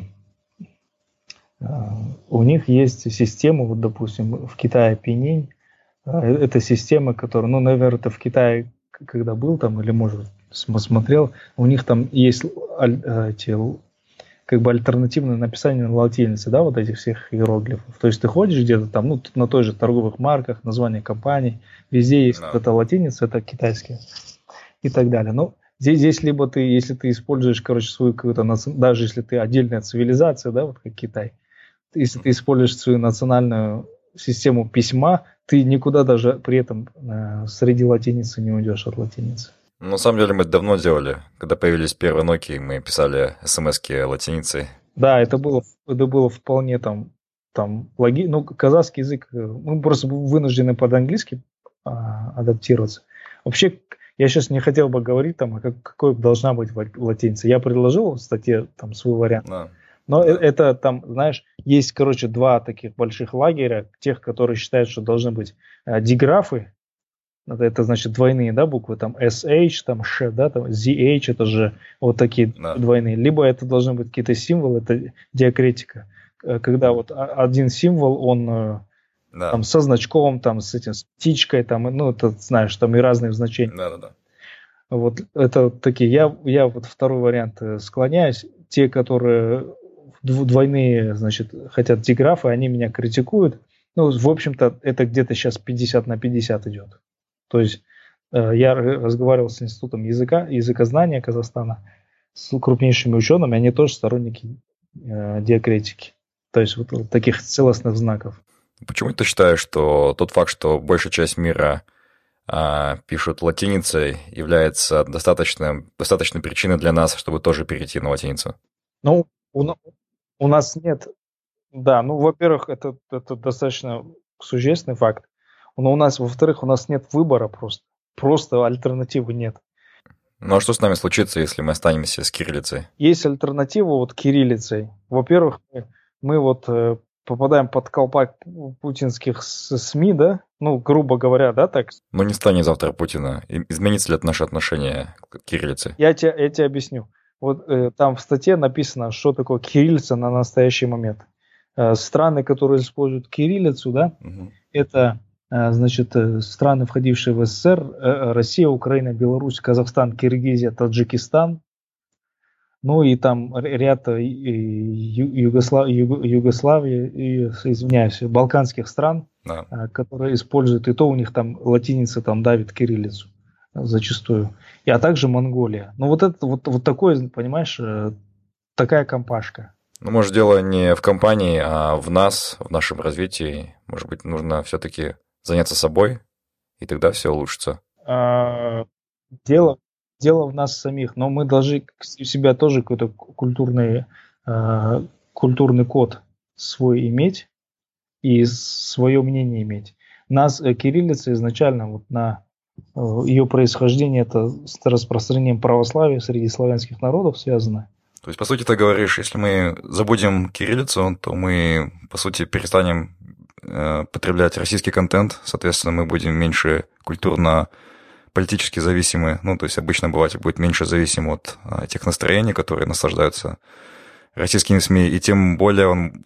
Speaker 3: У них есть система, вот, допустим, в Китае Пинyin, это система, которая, ну, наверное, это в Китае, когда был там, или, может, смотрел, у них там есть эти, как бы альтернативное написание на латинице, да, вот этих всех иероглифов. То есть ты ходишь где-то там, ну, на той же торговых марках, название компаний, везде есть no. эта латиница, это китайская и так далее. Ну, Здесь, здесь либо ты, если ты используешь, короче, свою какую-то, даже если ты отдельная цивилизация, да, вот как Китай, если ты используешь свою национальную систему письма, ты никуда даже при этом э, среди латиницы не уйдешь от латиницы.
Speaker 1: На самом деле мы это давно делали. Когда появились первые Nokia, мы писали смс-ки латиницей.
Speaker 3: Да, это было, это было вполне там, там логи... ну, казахский язык, мы просто вынуждены под английский а, адаптироваться. Вообще, я сейчас не хотел бы говорить, там, как, какой должна быть латиница. Я предложил в статье там, свой вариант. Да. Но да. это там, знаешь, есть, короче, два таких больших лагеря, тех, которые считают, что должны быть э, диграфы, это, это значит двойные, да, буквы, там эс эйч, там Ш, да, там зет эйч, это же вот такие да. двойные. Либо это должны быть какие-то символы, это диакритика. Когда вот один символ, он
Speaker 1: Да.
Speaker 3: Там со значком, там с этим, с птичкой, там, ну, это, знаешь, там и разные значения.
Speaker 1: Да-да-да.
Speaker 3: Вот это вот такие. Я, я вот второй вариант склоняюсь. Те, которые двойные, значит, хотят диграфы, они меня критикуют. Ну, в общем-то, это где-то сейчас пятьдесят на пятьдесят идет. То есть э, я разговаривал с Институтом языка, языкознания Казахстана, с крупнейшими учеными, они тоже сторонники э, диакритики. То есть вот, вот таких целостных знаков.
Speaker 1: Почему ты считаешь, что тот факт, что большая часть мира а, пишут латиницей, является достаточной, достаточной причиной для нас, чтобы тоже перейти на латиницу?
Speaker 3: Ну, у, у нас нет... Да, ну, во-первых, это, это достаточно существенный факт. Но у нас, во-вторых, у нас нет выбора просто. Просто альтернативы нет.
Speaker 1: Ну, а что с нами случится, если мы останемся с кириллицей?
Speaker 3: Есть альтернатива вот кириллицей. Во-первых, мы, мы вот э, попадаем под колпак путинских СМИ, да? Ну, грубо говоря, да, так?
Speaker 1: Ну, не станет завтра Путина. Изменится ли это наше отношение к кириллице?
Speaker 3: Я тебе, я тебе объясню. Вот э, там в статье написано, что такое кириллица на настоящий момент. Страны, которые используют кириллицу, да, угу. это, значит, страны, входившие в СССР, Россия, Украина, Беларусь, Казахстан, Киргизия, Таджикистан, ну и там ряд Югослав... Югославии, и, извиняюсь, балканских стран, да. которые используют, и то у них там латиница там давит кириллицу зачастую, и, а также Монголия. Ну вот это вот, вот такое, понимаешь, такая компашка.
Speaker 1: Ну, может, дело не в компании, а в нас, в нашем развитии. Может быть, нужно все-таки заняться собой, и тогда все улучшится.
Speaker 3: А, дело, дело в нас самих, но мы должны у себя тоже какой-то культурный, а, культурный код свой иметь и свое мнение иметь. Нас кириллица изначально вот на ее происхождение это с распространением православия среди славянских народов связано.
Speaker 1: То есть, по сути, ты говоришь, если мы забудем кириллицу, то мы, по сути, перестанем э, потреблять российский контент, соответственно, мы будем меньше культурно-политически зависимы, ну, то есть обычно обыватель будет меньше зависим от э, тех настроений, которые наслаждаются российскими СМИ, и тем более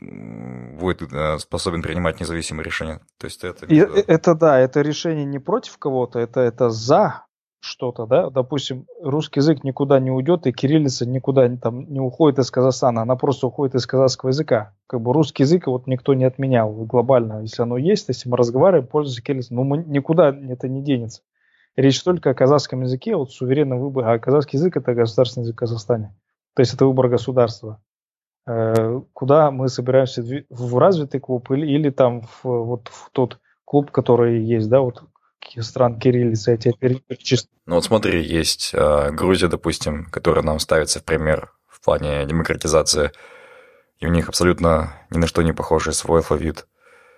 Speaker 1: он будет э, способен принимать независимые решения. То есть это...
Speaker 3: И, это да, это решение не против кого-то, это, это за... что-то, да, допустим, русский язык никуда не уйдет, и кириллица никуда там не уходит из Казахстана, она просто уходит из казахского языка. Как бы русский язык вот никто не отменял глобально, если оно есть, если мы разговариваем, пользуемся кириллицей, но мы, никуда это не денется. Речь только о казахском языке, вот суверенный выбор, а казахский язык это государственный язык в Казахстане, то есть это выбор государства. Э, куда мы собираемся, в развитый клуб или, или там в, вот в тот клуб, который есть, да, вот стран кириллицы, я тебе перечислю.
Speaker 1: Ну вот смотри, есть э, Грузия, допустим, которая нам ставится в пример в плане демократизации, и у них абсолютно ни на что не похожий свой алфавит.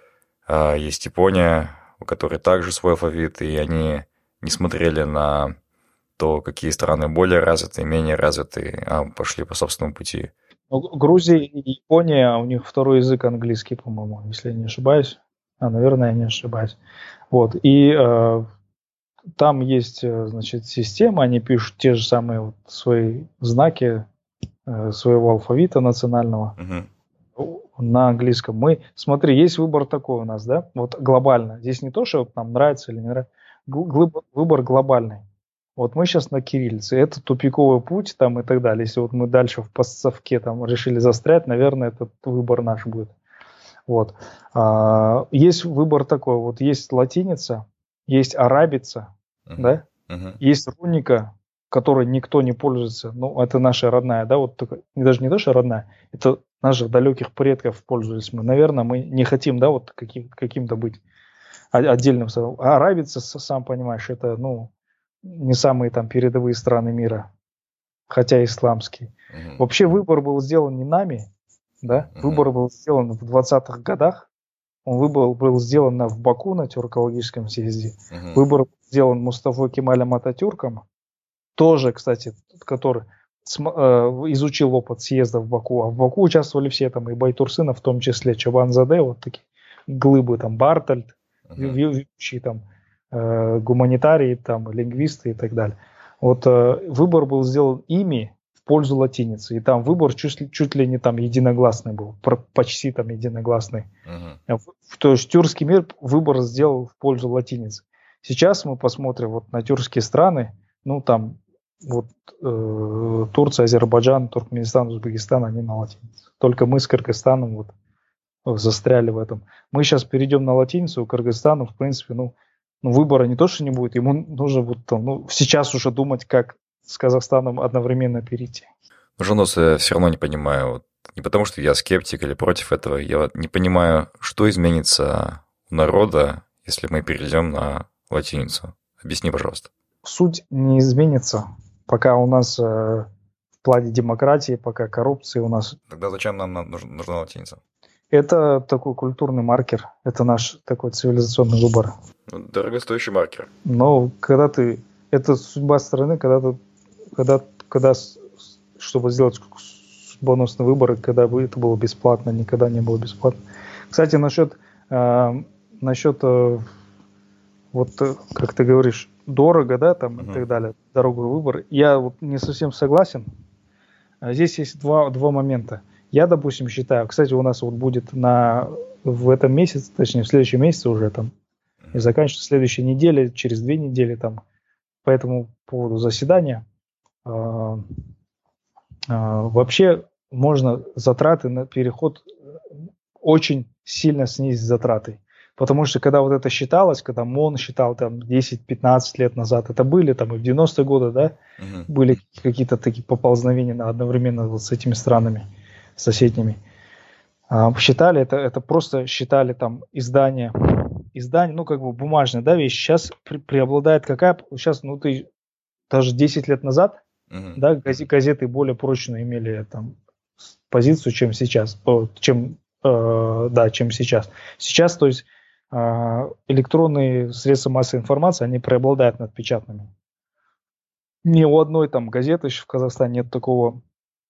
Speaker 1: А есть Япония, у которой также свой алфавит, и они не смотрели на то, какие страны более развитые, менее развитые, а пошли по собственному пути.
Speaker 3: Ну, Грузия и Япония, у них второй язык английский, по-моему, если я не ошибаюсь. А, наверное, я не ошибаюсь. Вот, и э, там есть, значит, система, они пишут те же самые вот свои знаки э, своего алфавита национального uh-huh. на английском. Мы, смотри, есть выбор такой у нас, да, вот глобально. Здесь не то, что вот нам нравится или не нравится, Гл- выбор глобальный. Вот мы сейчас на кириллице, это тупиковый путь там и так далее. Если вот мы дальше в постсовке там решили застрять, наверное, этот выбор наш будет. Вот. А, есть выбор такой, вот есть латиница, есть арабица, uh-huh. да, uh-huh. есть руника, которой никто не пользуется, ну, это наша родная, да, вот только, даже не наша родная, это наших далеких предков пользовались мы, наверное, мы не хотим, да, вот каким, каким-то быть отдельным, а арабица, сам понимаешь, это, ну, не самые там передовые страны мира, хотя исламские. Uh-huh. Вообще выбор был сделан не нами, да? Uh-huh. Выбор был сделан в двадцатых годах. Он выбор был сделан в Баку на тюркологическом съезде. Uh-huh. Выбор был сделан Мустафой Кемалем Ататюрком, тоже, кстати, который см- э, изучил опыт съезда в Баку. А в Баку участвовали все, там и Байтурсынов, в том числе Чобанзаде, вот такие глыбы, там Бартольд, uh-huh. ведущие там э, гуманитарии, там лингвисты и так далее. Вот э, выбор был сделан ими в пользу латиницы. И там выбор чуть ли, чуть ли не там единогласный был, почти там единогласный. Uh-huh. То есть тюркский мир выбор сделал в пользу латиницы. Сейчас мы посмотрим вот на тюркские страны, ну там вот э, Турция, Азербайджан, Туркменистан, Узбекистан, они на латинице. Только мы с Кыргызстаном вот застряли в этом. Мы сейчас перейдем на латиницу, у Кыргызстана, в принципе, ну, ну выбора не то, что не будет, ему нужно вот там, ну, сейчас уже думать, как с Казахстаном одновременно перейти.
Speaker 1: Но, Жанос, я все равно не понимаю, вот, не потому что я скептик или против этого, я вот не понимаю, что изменится у народа, если мы перейдем на латиницу. Объясни, пожалуйста.
Speaker 3: Суть не изменится, пока у нас э, в плане демократии, пока коррупции у нас...
Speaker 1: Тогда зачем нам нужна, нужна латиница?
Speaker 3: Это такой культурный маркер, это наш такой цивилизационный выбор.
Speaker 1: Ну, дорогостоящий маркер.
Speaker 3: Но когда ты... Это судьба страны, когда ты... Когда, когда, чтобы сделать судьбоносный выбор, когда бы это было бесплатно, никогда не было бесплатно. Кстати, насчет... Э, насчет э, вот, как ты говоришь, дорого, да, там uh-huh. и так далее, дорогой выбор. Я вот не совсем согласен. Здесь есть два, два момента. Я, допустим, считаю, кстати, у нас вот будет на, в этом месяце, точнее, в следующем месяце уже там, и заканчивается следующей неделе, через две недели там, по этому поводу заседания. Э, э, вообще можно затраты на переход очень сильно снизить затраты. Потому что когда вот это считалось, когда МОН считал там десять-пятнадцать лет назад, это были там и в девяностые годы, да, uh-huh. были какие-то такие поползновения одновременно вот с этими странами соседними. А, считали, это, это просто считали там издание, издание, ну как бы бумажная, да, вещь. Сейчас при, преобладает какая, сейчас, ну ты даже десять лет назад, uh-huh. да, газеты более прочную имели там позицию, чем сейчас, чем, э, да, чем сейчас. Сейчас, то есть электронные средства массовой информации, они преобладают над печатными. Ни у одной там газеты еще в Казахстане нет такого,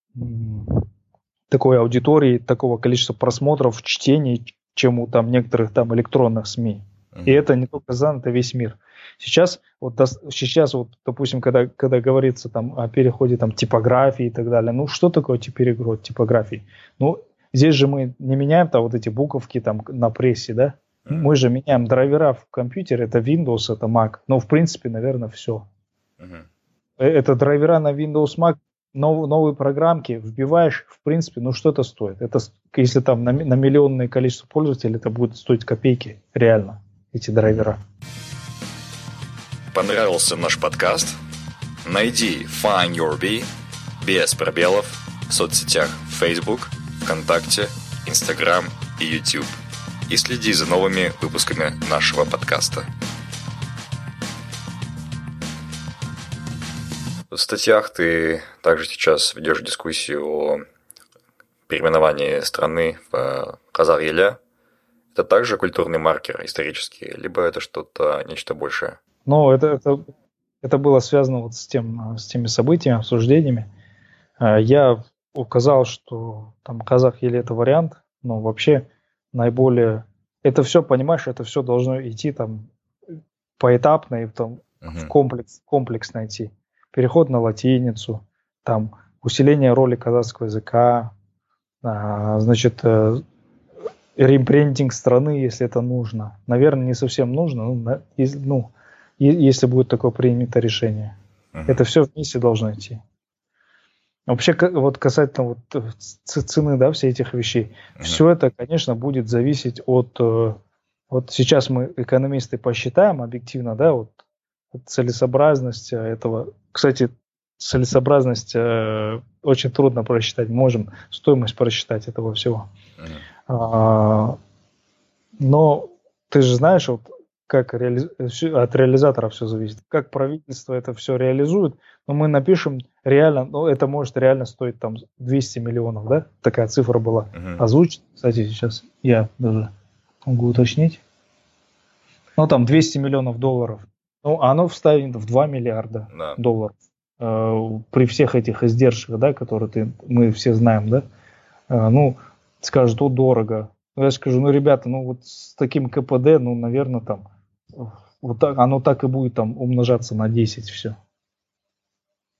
Speaker 3: такой аудитории, такого количества просмотров, чтений, чем у там некоторых там электронных СМИ. Uh-huh. И это не только Казахстан, это весь мир. Сейчас, вот, сейчас вот, допустим, когда, когда говорится там о переходе там, типографии и так далее, ну что такое переход типографии? Ну, здесь же мы не меняем там вот эти буковки там на прессе, да? Мы же меняем драйвера в компьютере, это Windows, это Mac. Но в принципе, наверное, все. Uh-huh. Это драйвера на Windows, Mac, нов, новые программки вбиваешь, в принципе, ну что это стоит? Это, если там на, на миллионное количество пользователей, это будет стоить копейки, реально, эти драйвера.
Speaker 1: Понравился наш подкаст? Найди Find Your Bee без пробелов в соцсетях Facebook, ВКонтакте, Instagram и YouTube. И следи за новыми выпусками нашего подкаста. В статьях ты также сейчас ведешь дискуссию о переименовании страны в Казах-Еле. Это также культурный маркер исторический, либо это что-то, нечто большее?
Speaker 3: Ну, это, это, это было связано вот с, тем, с теми событиями, обсуждениями. Я указал, что там Казах-Еле это вариант, но вообще наиболее... Это все, понимаешь, это все должно идти там поэтапно и там uh-huh. в комплекс, комплексно идти. Переход на латиницу, там усиление роли казахского языка, а, значит, э, рембрендинг страны, если это нужно. Наверное, не совсем нужно, ну, на, если, ну, если будет такое принято решение. Uh-huh. Это все вместе должно идти. Вообще, вот касательно вот цены, да, всех этих вещей, uh-huh. все это, конечно, будет зависеть от... Вот сейчас мы, экономисты, посчитаем объективно, да, вот целесообразность этого. Кстати, целесообразность э, очень трудно просчитать. Можем стоимость просчитать этого всего. Uh-huh. А, но ты же знаешь, вот как реали... от реализатора все зависит. Как правительство это все реализует, но мы напишем реально, ну это может реально стоить там двести миллионов, да? Такая цифра была uh-huh. озвучена. Кстати, сейчас я даже могу уточнить. Ну там двести миллионов долларов. Ну оно вставит в два миллиарда uh-huh. долларов. Э, при всех этих издержках, да, которые ты, мы все знаем, да? Э, ну, скажут, о, дорого. Я скажу, ну, ребята, ну вот с таким КПД, ну, наверное, там вот так, оно так и будет там умножаться на десять все.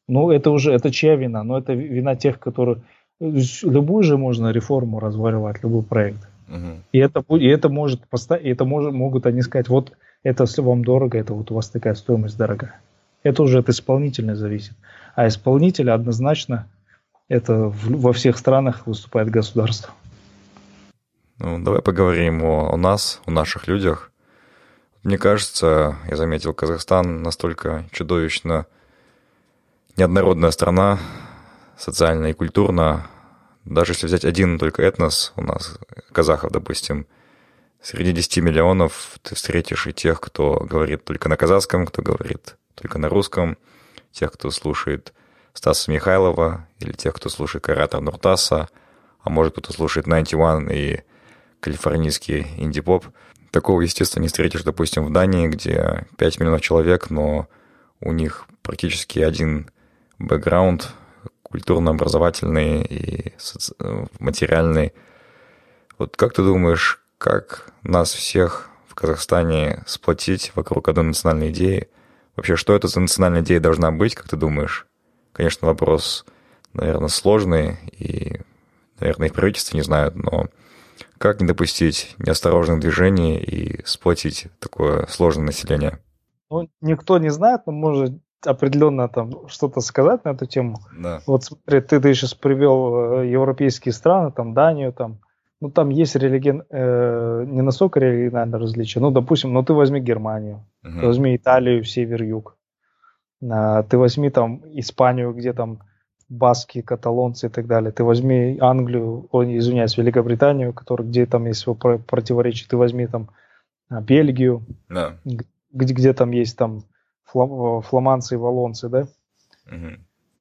Speaker 3: Ну, это уже, это чья вина? Но это вина тех, которые... Любую же можно реформу разваливать, любой проект. Uh-huh. И это, и это может поставить, это может, могут они сказать, вот это если вам дорого, это вот у вас такая стоимость дорогая. Это уже от исполнителя зависит. А исполнитель однозначно это в, во всех странах выступает государство.
Speaker 1: Ну, давай поговорим о, о нас, о наших людях. Мне кажется, я заметил, Казахстан настолько чудовищно неоднородная страна, социально и культурно. Даже если взять один только этнос, у нас, казахов, допустим, среди десяти миллионов ты встретишь и тех, кто говорит только на казахском, кто говорит только на русском, тех, кто слушает Стаса Михайлова, или тех, кто слушает Карата Нуртаса, а может, кто-то слушает девяносто один и калифорнийский инди-поп. Такого, естественно, не встретишь, допустим, в Дании, где пять миллионов человек, но у них практически один бэкграунд, культурно-образовательный и соци... материальный. Вот как ты думаешь, как нас всех в Казахстане сплотить вокруг одной национальной идеи? Вообще, что это за национальная идея должна быть, как ты думаешь? Конечно, вопрос, наверное, сложный, и, наверное, их правительство не знают, но как не допустить неосторожных движений и сплотить такое сложное население?
Speaker 3: Ну, никто не знает, но может определенно там что-то сказать на эту тему.
Speaker 1: Да.
Speaker 3: Вот смотри, ты, ты сейчас привел европейские страны, там Данию, там, ну там есть религен, э, не настолько региональное различие. Ну, допустим, ну ты возьми Германию, угу. Ты возьми Италию, север-юг, а, ты возьми там Испанию, где там баски, каталонцы и так далее. Ты возьми Англию, ой, извиняюсь, Великобританию, который, где там есть противоречия. Ты возьми там Бельгию,
Speaker 1: да.
Speaker 3: где, где там есть там фламандцы и валлонцы, да?
Speaker 1: Угу.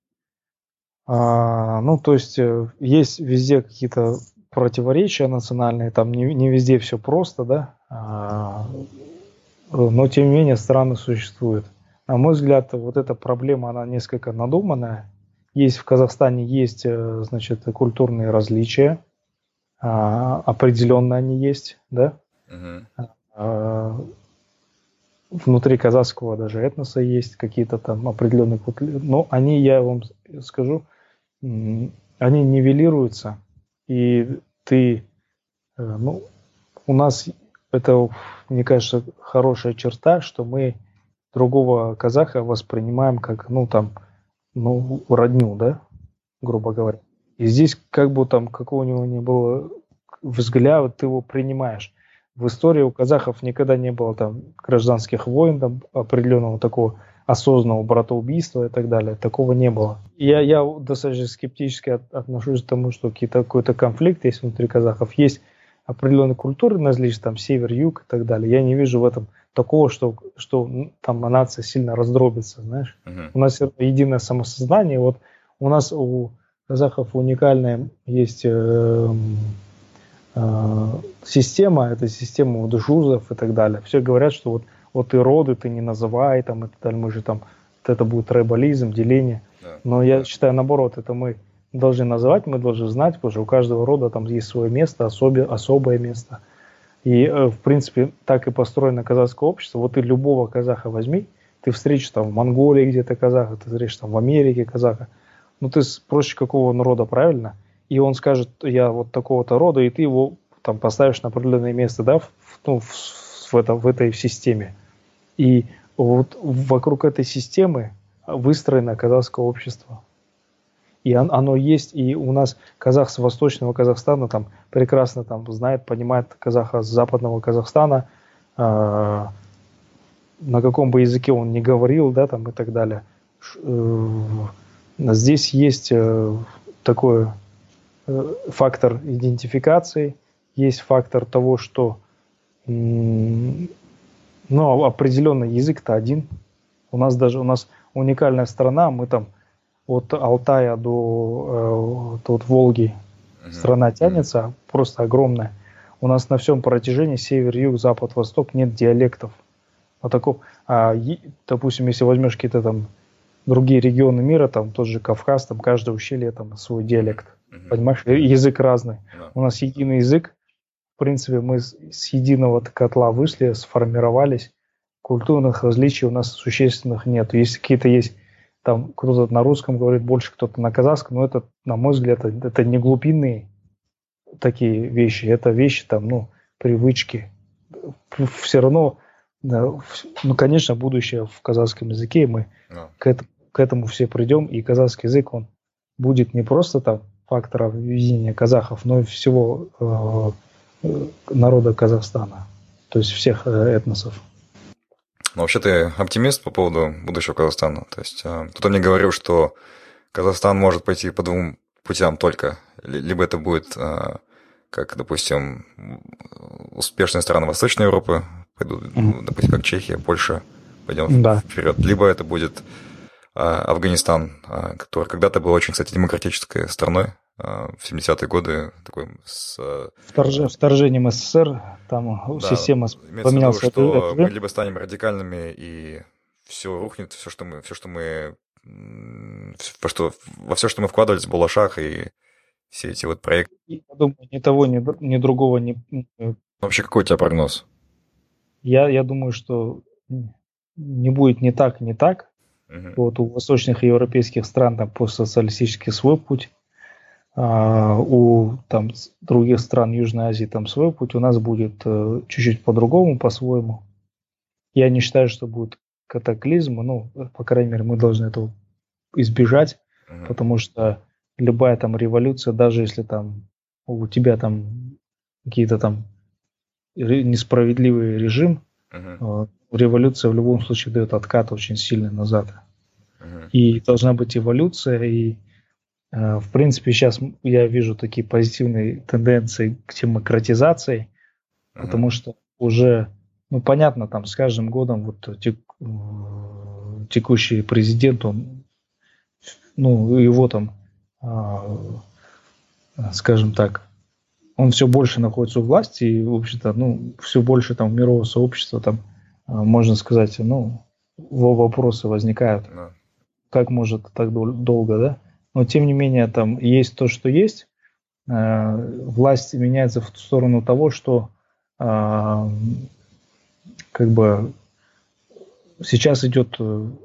Speaker 3: А, ну, то есть есть везде какие-то противоречия национальные, там не, не везде все просто, да? А, но, тем не менее, страны существуют. На мой взгляд, вот эта проблема, она несколько надуманная. Есть в Казахстане, есть, значит, культурные различия, а, определенно они есть, да? Uh-huh. А, внутри казахского даже этноса есть какие-то там определенные, но они, я вам скажу, они нивелируются, и ты, ну, у нас это, мне кажется, хорошая черта, что мы другого казаха воспринимаем как, ну, там, ну, родню, да, грубо говоря. И здесь как бы там какого у него не было взгляда, ты его принимаешь. В истории у казахов никогда не было там гражданских войн, там, определенного такого осознанного братоубийства и так далее. Такого не было. Я, я достаточно скептически от, отношусь к тому, что какой-то конфликт есть внутри казахов. Есть определенные культуры различия, там север, юг и так далее. Я не вижу в этом такого, что, что там нация сильно раздробится, знаешь. Uh-huh. У нас единое самосознание. Вот у нас у казахов уникальная есть э, э, система, это система вот жузов и так далее. Все говорят, что вот, вот и роды ты не называй, там, и так далее. Мы же там, вот это будет трайбализм, деление. Uh-huh. Но я считаю, наоборот, это мы должны называть, мы должны знать, потому что у каждого рода там есть свое место, особе, особое место. И, в принципе, так и построено казахское общество. Вот ты любого казаха возьми, ты встретишь там в Монголии где-то казаха, ты встретишь там в Америке казаха. Ну, ты спросишь, какого он рода, правильно? И он скажет, я вот такого-то рода, и ты его там поставишь на определенное место, да, в, ну, в, в, это, в этой системе. И вот вокруг этой системы выстроено казахское общество. И оно есть, и у нас казах с восточного Казахстана там прекрасно там знает, понимает казаха с западного Казахстана, э, на каком бы языке он ни говорил, да, там и так далее. Э, здесь есть э, такой э, фактор идентификации, есть фактор того, что э, ну, определенный язык-то один. У нас даже, у нас уникальная страна, мы там от Алтая до, э, до Волги uh-huh. страна тянется, uh-huh. просто огромная. У нас на всем протяжении север, юг, запад, восток нет диалектов. А таков, а, допустим, если возьмешь какие-то там другие регионы мира, там тот же Кавказ, там каждое ущелье там свой диалект. Uh-huh. Понимаешь, язык разный. Uh-huh. У нас единый язык. В принципе, мы с единого котла вышли, сформировались. Культурных различий у нас существенных нет. Если какие-то есть там кто-то на русском говорит больше, кто-то на казахском, но это, на мой взгляд, это, это не глубинные такие вещи, это вещи там, ну, привычки. Все равно, ну, конечно, будущее в казахском языке, и мы no. к, этому, к этому все придем, и казахский язык, он будет не просто там фактором видения казахов, но и всего э, народа Казахстана, то есть всех этносов.
Speaker 1: Ну, вообще ты оптимист по поводу будущего Казахстана? То есть кто-то мне говорил, что Казахстан может пойти по двум путям только. Либо это будет, как, допустим, успешные страны Восточной Европы, пойдут, mm-hmm. допустим, как Чехия, Польша, пойдем да. вперед. Либо это будет Афганистан, который когда-то был очень, кстати, демократической страной. В семидесятые годы такой с...
Speaker 3: Вторж... вторжением СССР, там да, система поменялась.
Speaker 1: Имеется в виду, что мы либо станем радикальными, и все рухнет, все, что мы, все, что мы, во, что, во все, что мы вкладывались в Балашах и все эти вот проекты.
Speaker 3: Я думаю, ни того, ни, ни другого не...
Speaker 1: Вообще, какой у тебя прогноз?
Speaker 3: Я, я думаю, что не будет ни так, ни так. Угу. Вот у восточных и европейских стран там постсоциалистический свой путь. Uh, у там, других стран Южной Азии там свой путь, у нас будет uh, чуть-чуть по-другому, по-своему. Я не считаю, что будет катаклизм, ну, по крайней мере, мы должны этого избежать, uh-huh. потому что любая там революция, даже если там у тебя там какие-то там несправедливый режим, uh-huh. uh, революция в любом случае дает откат очень сильный назад. Uh-huh. И должна быть эволюция, и в принципе, сейчас я вижу такие позитивные тенденции к демократизации, uh-huh. потому что уже, ну, понятно, там с каждым годом вот тек, текущий президент, он, ну, его там, скажем так, он все больше находится у власти, и, в общем-то, ну, все больше там мирового сообщества, там, можно сказать, ну, вопросы возникают, uh-huh. как может так долго, да? Но, тем не менее, там есть то, что есть. Власть меняется в сторону того, что как бы сейчас идет,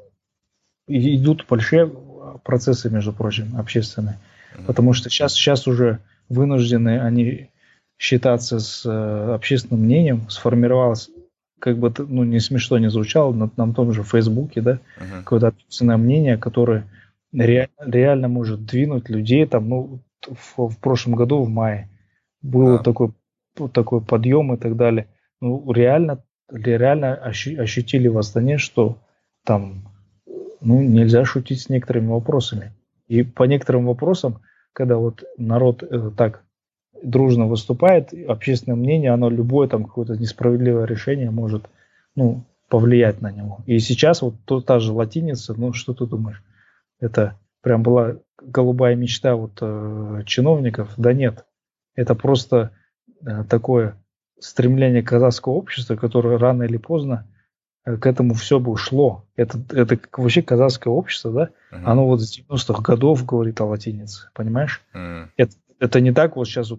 Speaker 3: идут большие процессы, между прочим, общественные. Потому что сейчас, сейчас уже вынуждены они считаться с общественным мнением. Сформировалось, как бы, ну, не смешно не звучало, на, на том же Фейсбуке, да, uh-huh. какое-то общественное мнение, которое Реально, реально может двинуть людей. Там, ну, в, в прошлом году, в мае, был да. такой, такой подъем и так далее. Ну, реально, реально ощу, ощутили в Астане, что там, ну, нельзя шутить с некоторыми вопросами. И по некоторым вопросам, когда вот народ э, так дружно выступает, общественное мнение, оно любое там какое-то несправедливое решение может, ну, повлиять на него. И сейчас вот то, та же латиница, ну, что ты думаешь? Это прям была голубая мечта вот э, чиновников. Да нет, это просто э, такое стремление казахского общества, которое рано или поздно э, к этому все бы ушло. Это, это вообще казахское общество, да? Uh-huh. Оно вот с девяностых годов говорит о латинице, понимаешь? Uh-huh. Это, это не так вот сейчас вот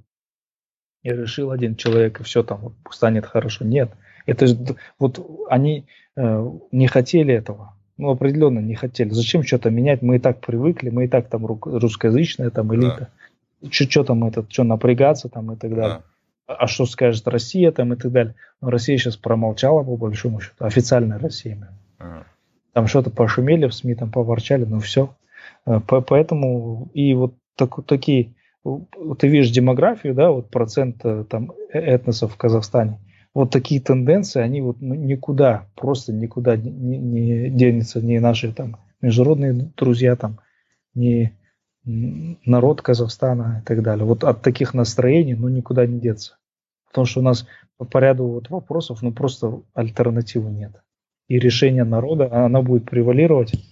Speaker 3: я решил один человек, и все там вот станет хорошо. Нет, это вот они э, не хотели этого. Ну, определенно не хотели. Зачем что-то менять? Мы и так привыкли, мы и так там русскоязычная там элита. Да. Что там это, что напрягаться там и так далее. Да. А что скажет Россия там и так далее. Но Россия сейчас промолчала по большому счету. Официальная Россия. Ага. Там что-то пошумели в СМИ, там поворчали, ну все. Поэтому и вот так, такие, ты видишь демографию, да, вот процент там этносов в Казахстане. Вот такие тенденции, они вот никуда, просто никуда не, не денется ни наши там международные друзья, там, ни народ Казахстана и так далее. Вот от таких настроений, ну, никуда не деться. Потому что у нас по ряду вот вопросов, ну, просто альтернативы нет. И решение народа, оно будет превалировать э,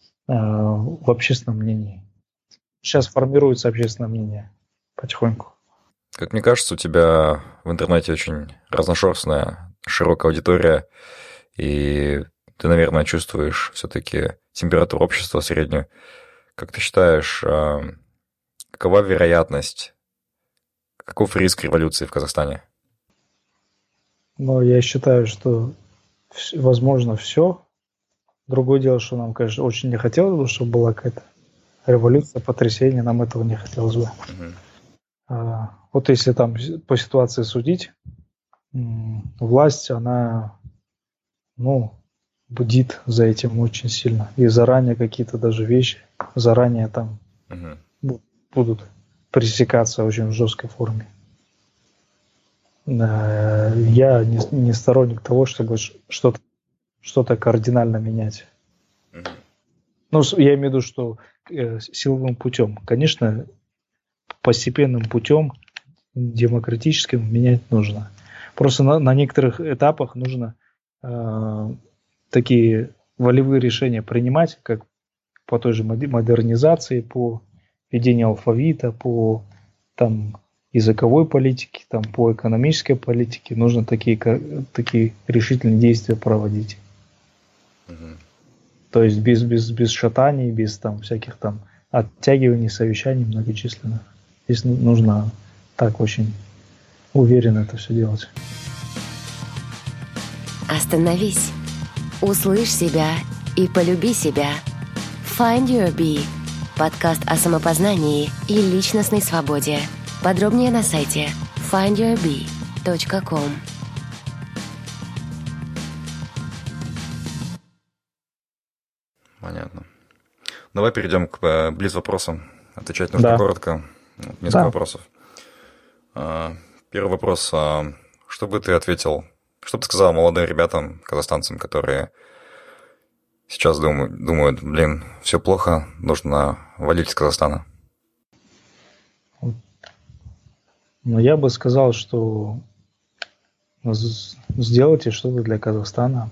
Speaker 3: в общественном мнении. Сейчас формируется общественное мнение потихоньку.
Speaker 1: Как мне кажется, у тебя в интернете очень разношерстная, широкая аудитория, и ты, наверное, чувствуешь все-таки температуру общества среднюю. Как ты считаешь, какова вероятность, каков риск революции в Казахстане?
Speaker 3: Ну, я считаю, что возможно все. Другое дело, что нам, конечно, очень не хотелось бы, чтобы была какая-то революция, потрясение, нам этого не хотелось бы. Uh-huh. А, вот если там по ситуации судить, власть, она, ну, бдит за этим очень сильно. И заранее какие-то даже вещи, заранее там uh-huh. будут пресекаться очень в жесткой форме. Я не, не сторонник того, чтобы что-то, что-то кардинально менять. Uh-huh. Ну, я имею в виду, что э, силовым путем. Конечно, постепенным путем, демократическим, менять нужно. Просто на, на некоторых этапах нужно э, такие волевые решения принимать, как по той же модернизации, по введению алфавита, по там, языковой политике, там, по экономической политике. Нужно такие, такие решительные действия проводить. Uh-huh. То есть без, без, без шатаний, без там, всяких там оттягиваний, совещаний многочисленных. Здесь нужно так очень уверенно это все делать.
Speaker 2: Остановись, услышь себя и полюби себя. Find Your Bee. Подкаст о самопознании и личностной свободе. Подробнее на сайте файнд юр би точка ком.
Speaker 1: Понятно. Давай перейдем к блиц-вопросам. Отвечать нужно да. коротко. Несколько да. вопросов. Первый вопрос. Что бы ты ответил, что бы ты сказал молодым ребятам, казахстанцам, которые сейчас думают, думают, блин, все плохо, нужно валить из Казахстана?
Speaker 3: Ну, я бы сказал, что сделайте что-то для Казахстана,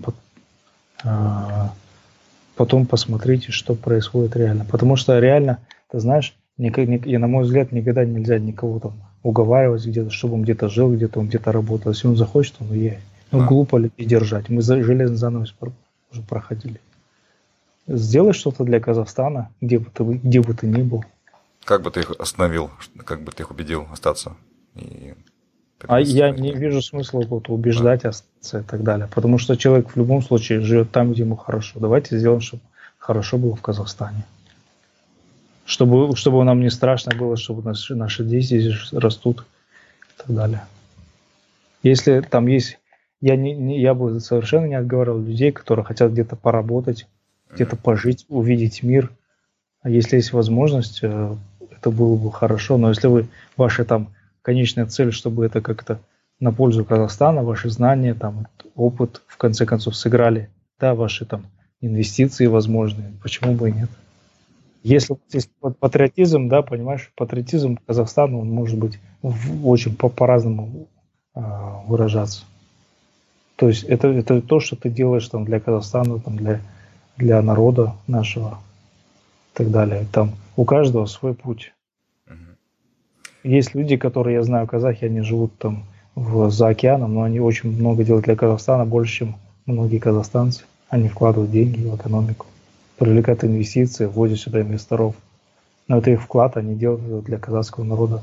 Speaker 3: потом посмотрите, что происходит реально. Потому что реально, ты знаешь, и, на мой взгляд, никогда нельзя никого там уговаривать где-то, чтобы он где-то жил, где-то он где-то работал. Если он захочет, он и ну, а. глупо людей держать. Мы за железный занавес уже проходили. Сделай что-то для Казахстана, где бы ты, где бы ты ни был.
Speaker 1: Как бы ты их остановил, как бы ты их убедил остаться? И
Speaker 3: а я не вижу смысла вот, убеждать, да. остаться и так далее. Потому что человек в любом случае живет там, где ему хорошо. Давайте сделаем, чтобы хорошо было в Казахстане. Чтобы, чтобы нам не страшно было, чтобы наши, наши дети растут и так далее. Если там есть... Я, не, не, я бы совершенно не отговаривал людей, которые хотят где-то поработать, где-то пожить, увидеть мир. А если есть возможность, это было бы хорошо. Но если вы, ваша там конечная цель, чтобы это как-то на пользу Казахстана, ваши знания, там, опыт, в конце концов, сыграли, да, ваши там инвестиции возможные, почему бы и нет? Если есть патриотизм, да, понимаешь, патриотизм Казахстана, он может быть в, очень по- по-разному а, выражаться. То есть это, это то, что ты делаешь там для Казахстана, там, для, для народа нашего и так далее. Там у каждого свой путь. Uh-huh. Есть люди, которые, я знаю, казахи, они живут там в, за океаном, но они очень много делают для Казахстана, больше, чем многие казахстанцы. Они вкладывают деньги в экономику, привлекают инвестиции, вводят сюда инвесторов. Но это их вклад, они делают для казахского народа.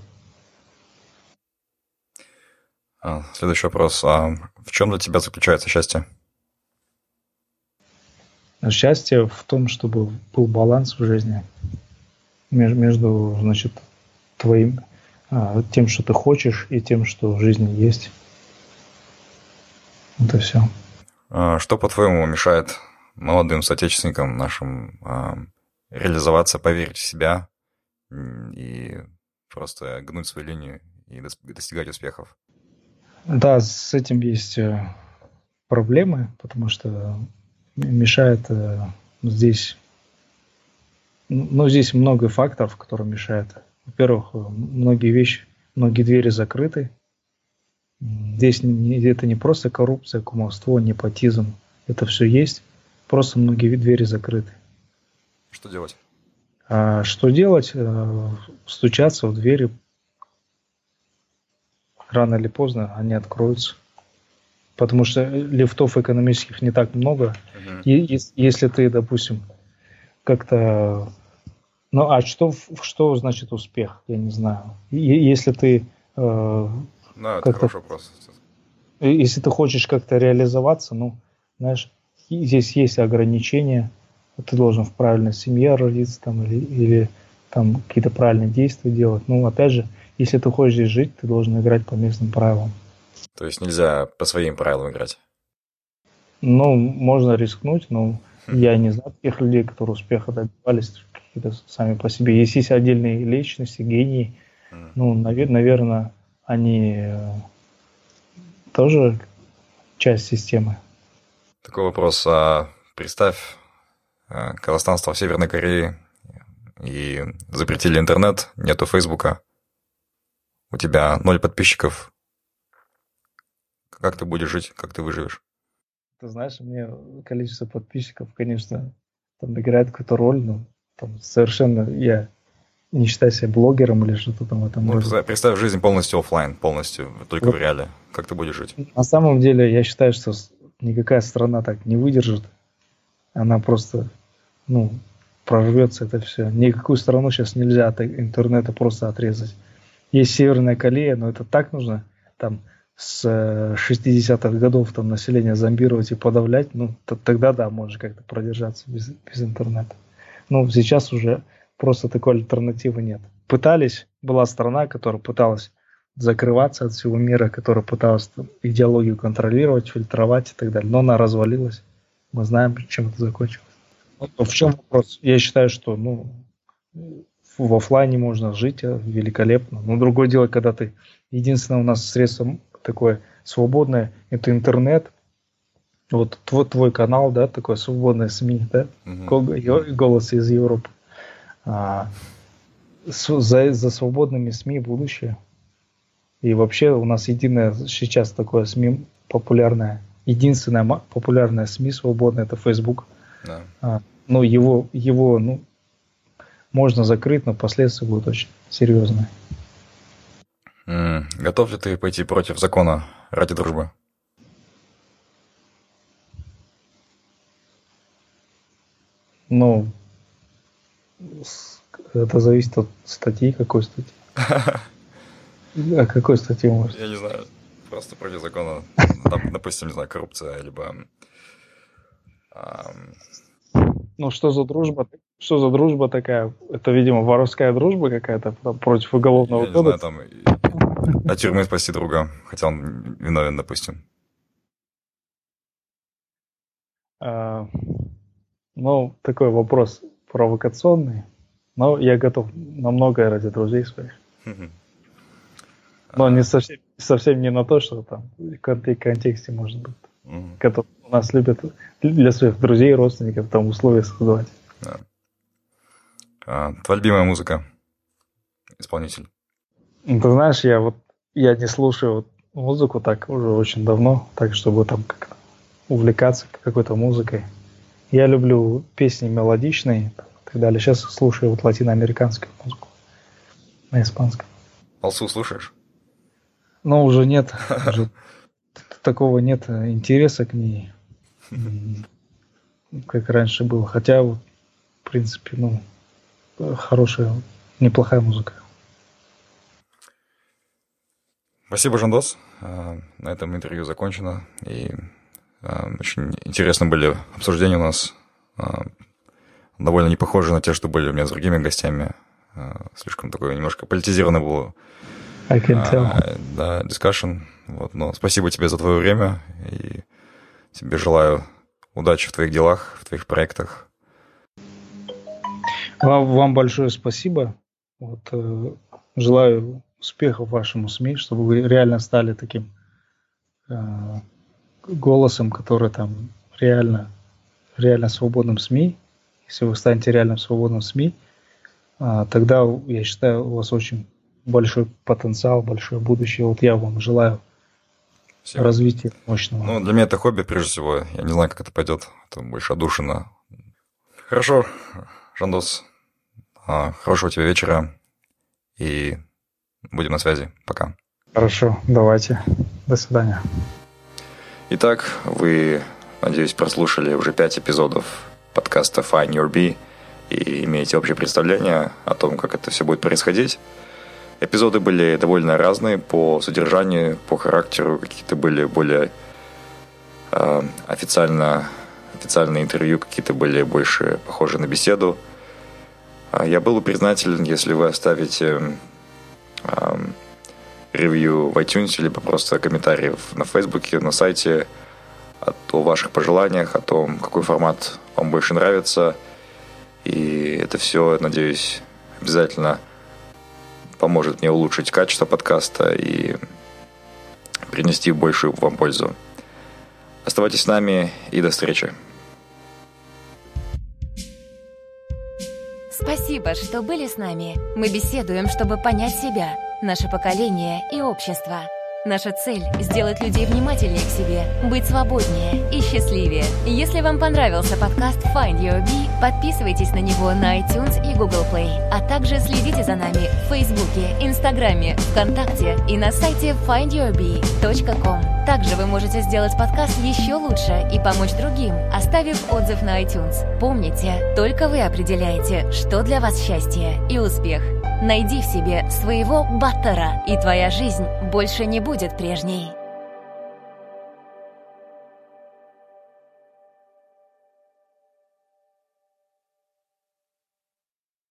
Speaker 1: Следующий вопрос. А в чем для тебя заключается счастье?
Speaker 3: Счастье в том, чтобы был баланс в жизни между, значит, твоим, тем, что ты хочешь, и тем, что в жизни есть. Это все.
Speaker 1: Что, по-твоему, мешает молодым соотечественникам нашим реализоваться, поверить в себя и просто гнуть свою линию и достигать успехов?
Speaker 3: Да, с этим есть проблемы, потому что мешает здесь, ну, здесь много факторов, которые мешают. Во-первых, многие вещи, многие двери закрыты. Здесь не, это не просто коррупция, кумовство, непотизм. Это все есть. Просто многие двери закрыты.
Speaker 1: Что делать?
Speaker 3: А что делать? Стучаться в двери. Рано или поздно они откроются. Потому что лифтов экономических не так много. Uh-huh. И, если ты, допустим, как-то... Ну, а что, что значит успех? Я не знаю. И, если ты... Э,
Speaker 1: да, это хороший вопрос.
Speaker 3: Если ты хочешь как-то реализоваться, ну, знаешь, здесь есть ограничения. Ты должен в правильной семье родиться там, или, или там какие-то правильные действия делать. Ну, опять же, если ты хочешь здесь жить, ты должен играть по местным правилам.
Speaker 1: То есть нельзя по своим правилам играть?
Speaker 3: Ну, можно рискнуть, но я не знаю таких людей, которые успеха добивались какие-то сами по себе. Есть, есть отдельные личности, гении. Ну, наверное, они тоже часть системы.
Speaker 1: Такой вопрос. А представь, Казахстан стал Северной Кореей, и запретили интернет, нету Фейсбука, у тебя ноль подписчиков. Как ты будешь жить, как ты выживешь?
Speaker 3: Ты знаешь, мне количество подписчиков, конечно, там играет какую-то роль, но там совершенно я не считаю себя блогером или что-то там в этом
Speaker 1: ну,
Speaker 3: роде.
Speaker 1: Представь жизнь полностью офлайн, полностью, только вот. В реале. Как ты будешь жить?
Speaker 3: На самом деле, я считаю, что никакая страна так не выдержит. Она просто, ну, прорвется это все. Никакую страну сейчас нельзя от интернета просто отрезать. Есть Северная Корея, но это так нужно там с шестидесятых годов там население зомбировать и подавлять, ну, т- тогда да, можно как-то продержаться без, без интернета. Ну, сейчас уже просто такой альтернативы нет. Пытались, была страна, которая пыталась закрываться от всего мира, которая пыталась там, идеологию контролировать, фильтровать и так далее, но она развалилась. Мы знаем, чем это закончилось. В чем вопрос? Я считаю, что ну, в офлайне можно жить великолепно. Но другое дело, когда ты... Единственное у нас средство такое свободное, это интернет. Вот твой, твой канал, да, такое свободное СМИ, да, mm-hmm. Голос из Европы. А, за, за свободными СМИ будущее. И вообще у нас единое сейчас такое СМИ популярное, единственное популярное СМИ свободное, это Facebook.
Speaker 1: Yeah.
Speaker 3: А, ну, его, его, ну, можно закрыть, но последствия будут очень серьезные.
Speaker 1: Mm. Готов ли ты пойти против закона ради дружбы?
Speaker 3: Ну, это зависит от статьи, какой статьи. А какой статьи может?
Speaker 1: Я не знаю, просто против закона, там, допустим, не знаю, коррупция, либо...
Speaker 3: Ну, что за дружба? Что за дружба такая? Это, видимо, воровская дружба какая-то против уголовного кодекса?
Speaker 1: Я не знаю, там, от тюрьмы спасти друга, хотя он виновен, допустим.
Speaker 3: А, ну, такой вопрос провокационный, но я готов на многое ради друзей своих. Но не совсем, совсем не на то, что там в контексте может быть. Mm-hmm. Которые у нас любят для своих друзей, родственников там условия создавать.
Speaker 1: Yeah. А, твоя любимая музыка, исполнитель?
Speaker 3: Ты знаешь, я вот я не слушаю вот музыку так уже очень давно, так чтобы там как-то увлекаться какой-то музыкой. Я люблю песни мелодичные и так далее. Сейчас слушаю вот латиноамериканскую музыку на испанском.
Speaker 1: Алсу слушаешь?
Speaker 3: Ну, уже нет. Уже такого нет интереса к ней, как раньше было. Хотя, в принципе, ну, хорошая, неплохая музыка.
Speaker 1: Спасибо, Жандос. На этом интервью закончено. И очень интересно были обсуждения у нас. Довольно не похожи на те, что были у меня с другими гостями. Слишком такое немножко политизированное было.
Speaker 3: I can tell.
Speaker 1: А, да, discussion. Вот, но спасибо тебе за твое время. И тебе желаю удачи в твоих делах, в твоих проектах.
Speaker 3: Вам, вам большое спасибо. Вот, э, желаю успехов вашему СМИ, чтобы вы реально стали таким э, голосом, который там реально, реально свободным СМИ. Если вы станете реально свободным СМИ, э, тогда, я считаю, у вас очень большой потенциал, большое будущее. Вот я вам желаю Спасибо. Развития мощного.
Speaker 1: Ну, для меня это хобби, прежде всего. Я не знаю, как это пойдет. Это больше отдушина. Хорошо, Жандос. Хорошего тебе вечера. И будем на связи. Пока.
Speaker 3: Хорошо, давайте. До свидания.
Speaker 1: Итак, вы, надеюсь, прослушали уже пять эпизодов подкаста Find Your Bee и имеете общее представление о том, как это все будет происходить. Эпизоды были довольно разные по содержанию, по характеру. Какие-то были более э, официально официальные интервью какие-то были больше похожи на беседу. Я был бы признателен, если вы оставите э, ревью в iTunes, либо просто комментарии на Фейсбуке, на сайте о ваших пожеланиях, о том, какой формат вам больше нравится. И это все, надеюсь, обязательно поможет мне улучшить качество подкаста и принести большую вам пользу. Оставайтесь с нами и до встречи.
Speaker 2: Спасибо, что были с нами. Мы беседуем, чтобы понять себя, наше поколение и общество. Наша цель – сделать людей внимательнее к себе, быть свободнее и счастливее. Если вам понравился подкаст Find Your Bee, подписывайтесь на него на iTunes и Google Play, а также следите за нами в Фейсбуке, Инстаграме, ВКонтакте и на сайте файнд юр би точка ком. Также вы можете сделать подкаст еще лучше и помочь другим, оставив отзыв на iTunes. Помните, только вы определяете, что для вас счастье и успех. Найди в себе своего баттера, и твоя жизнь больше не будет прежней.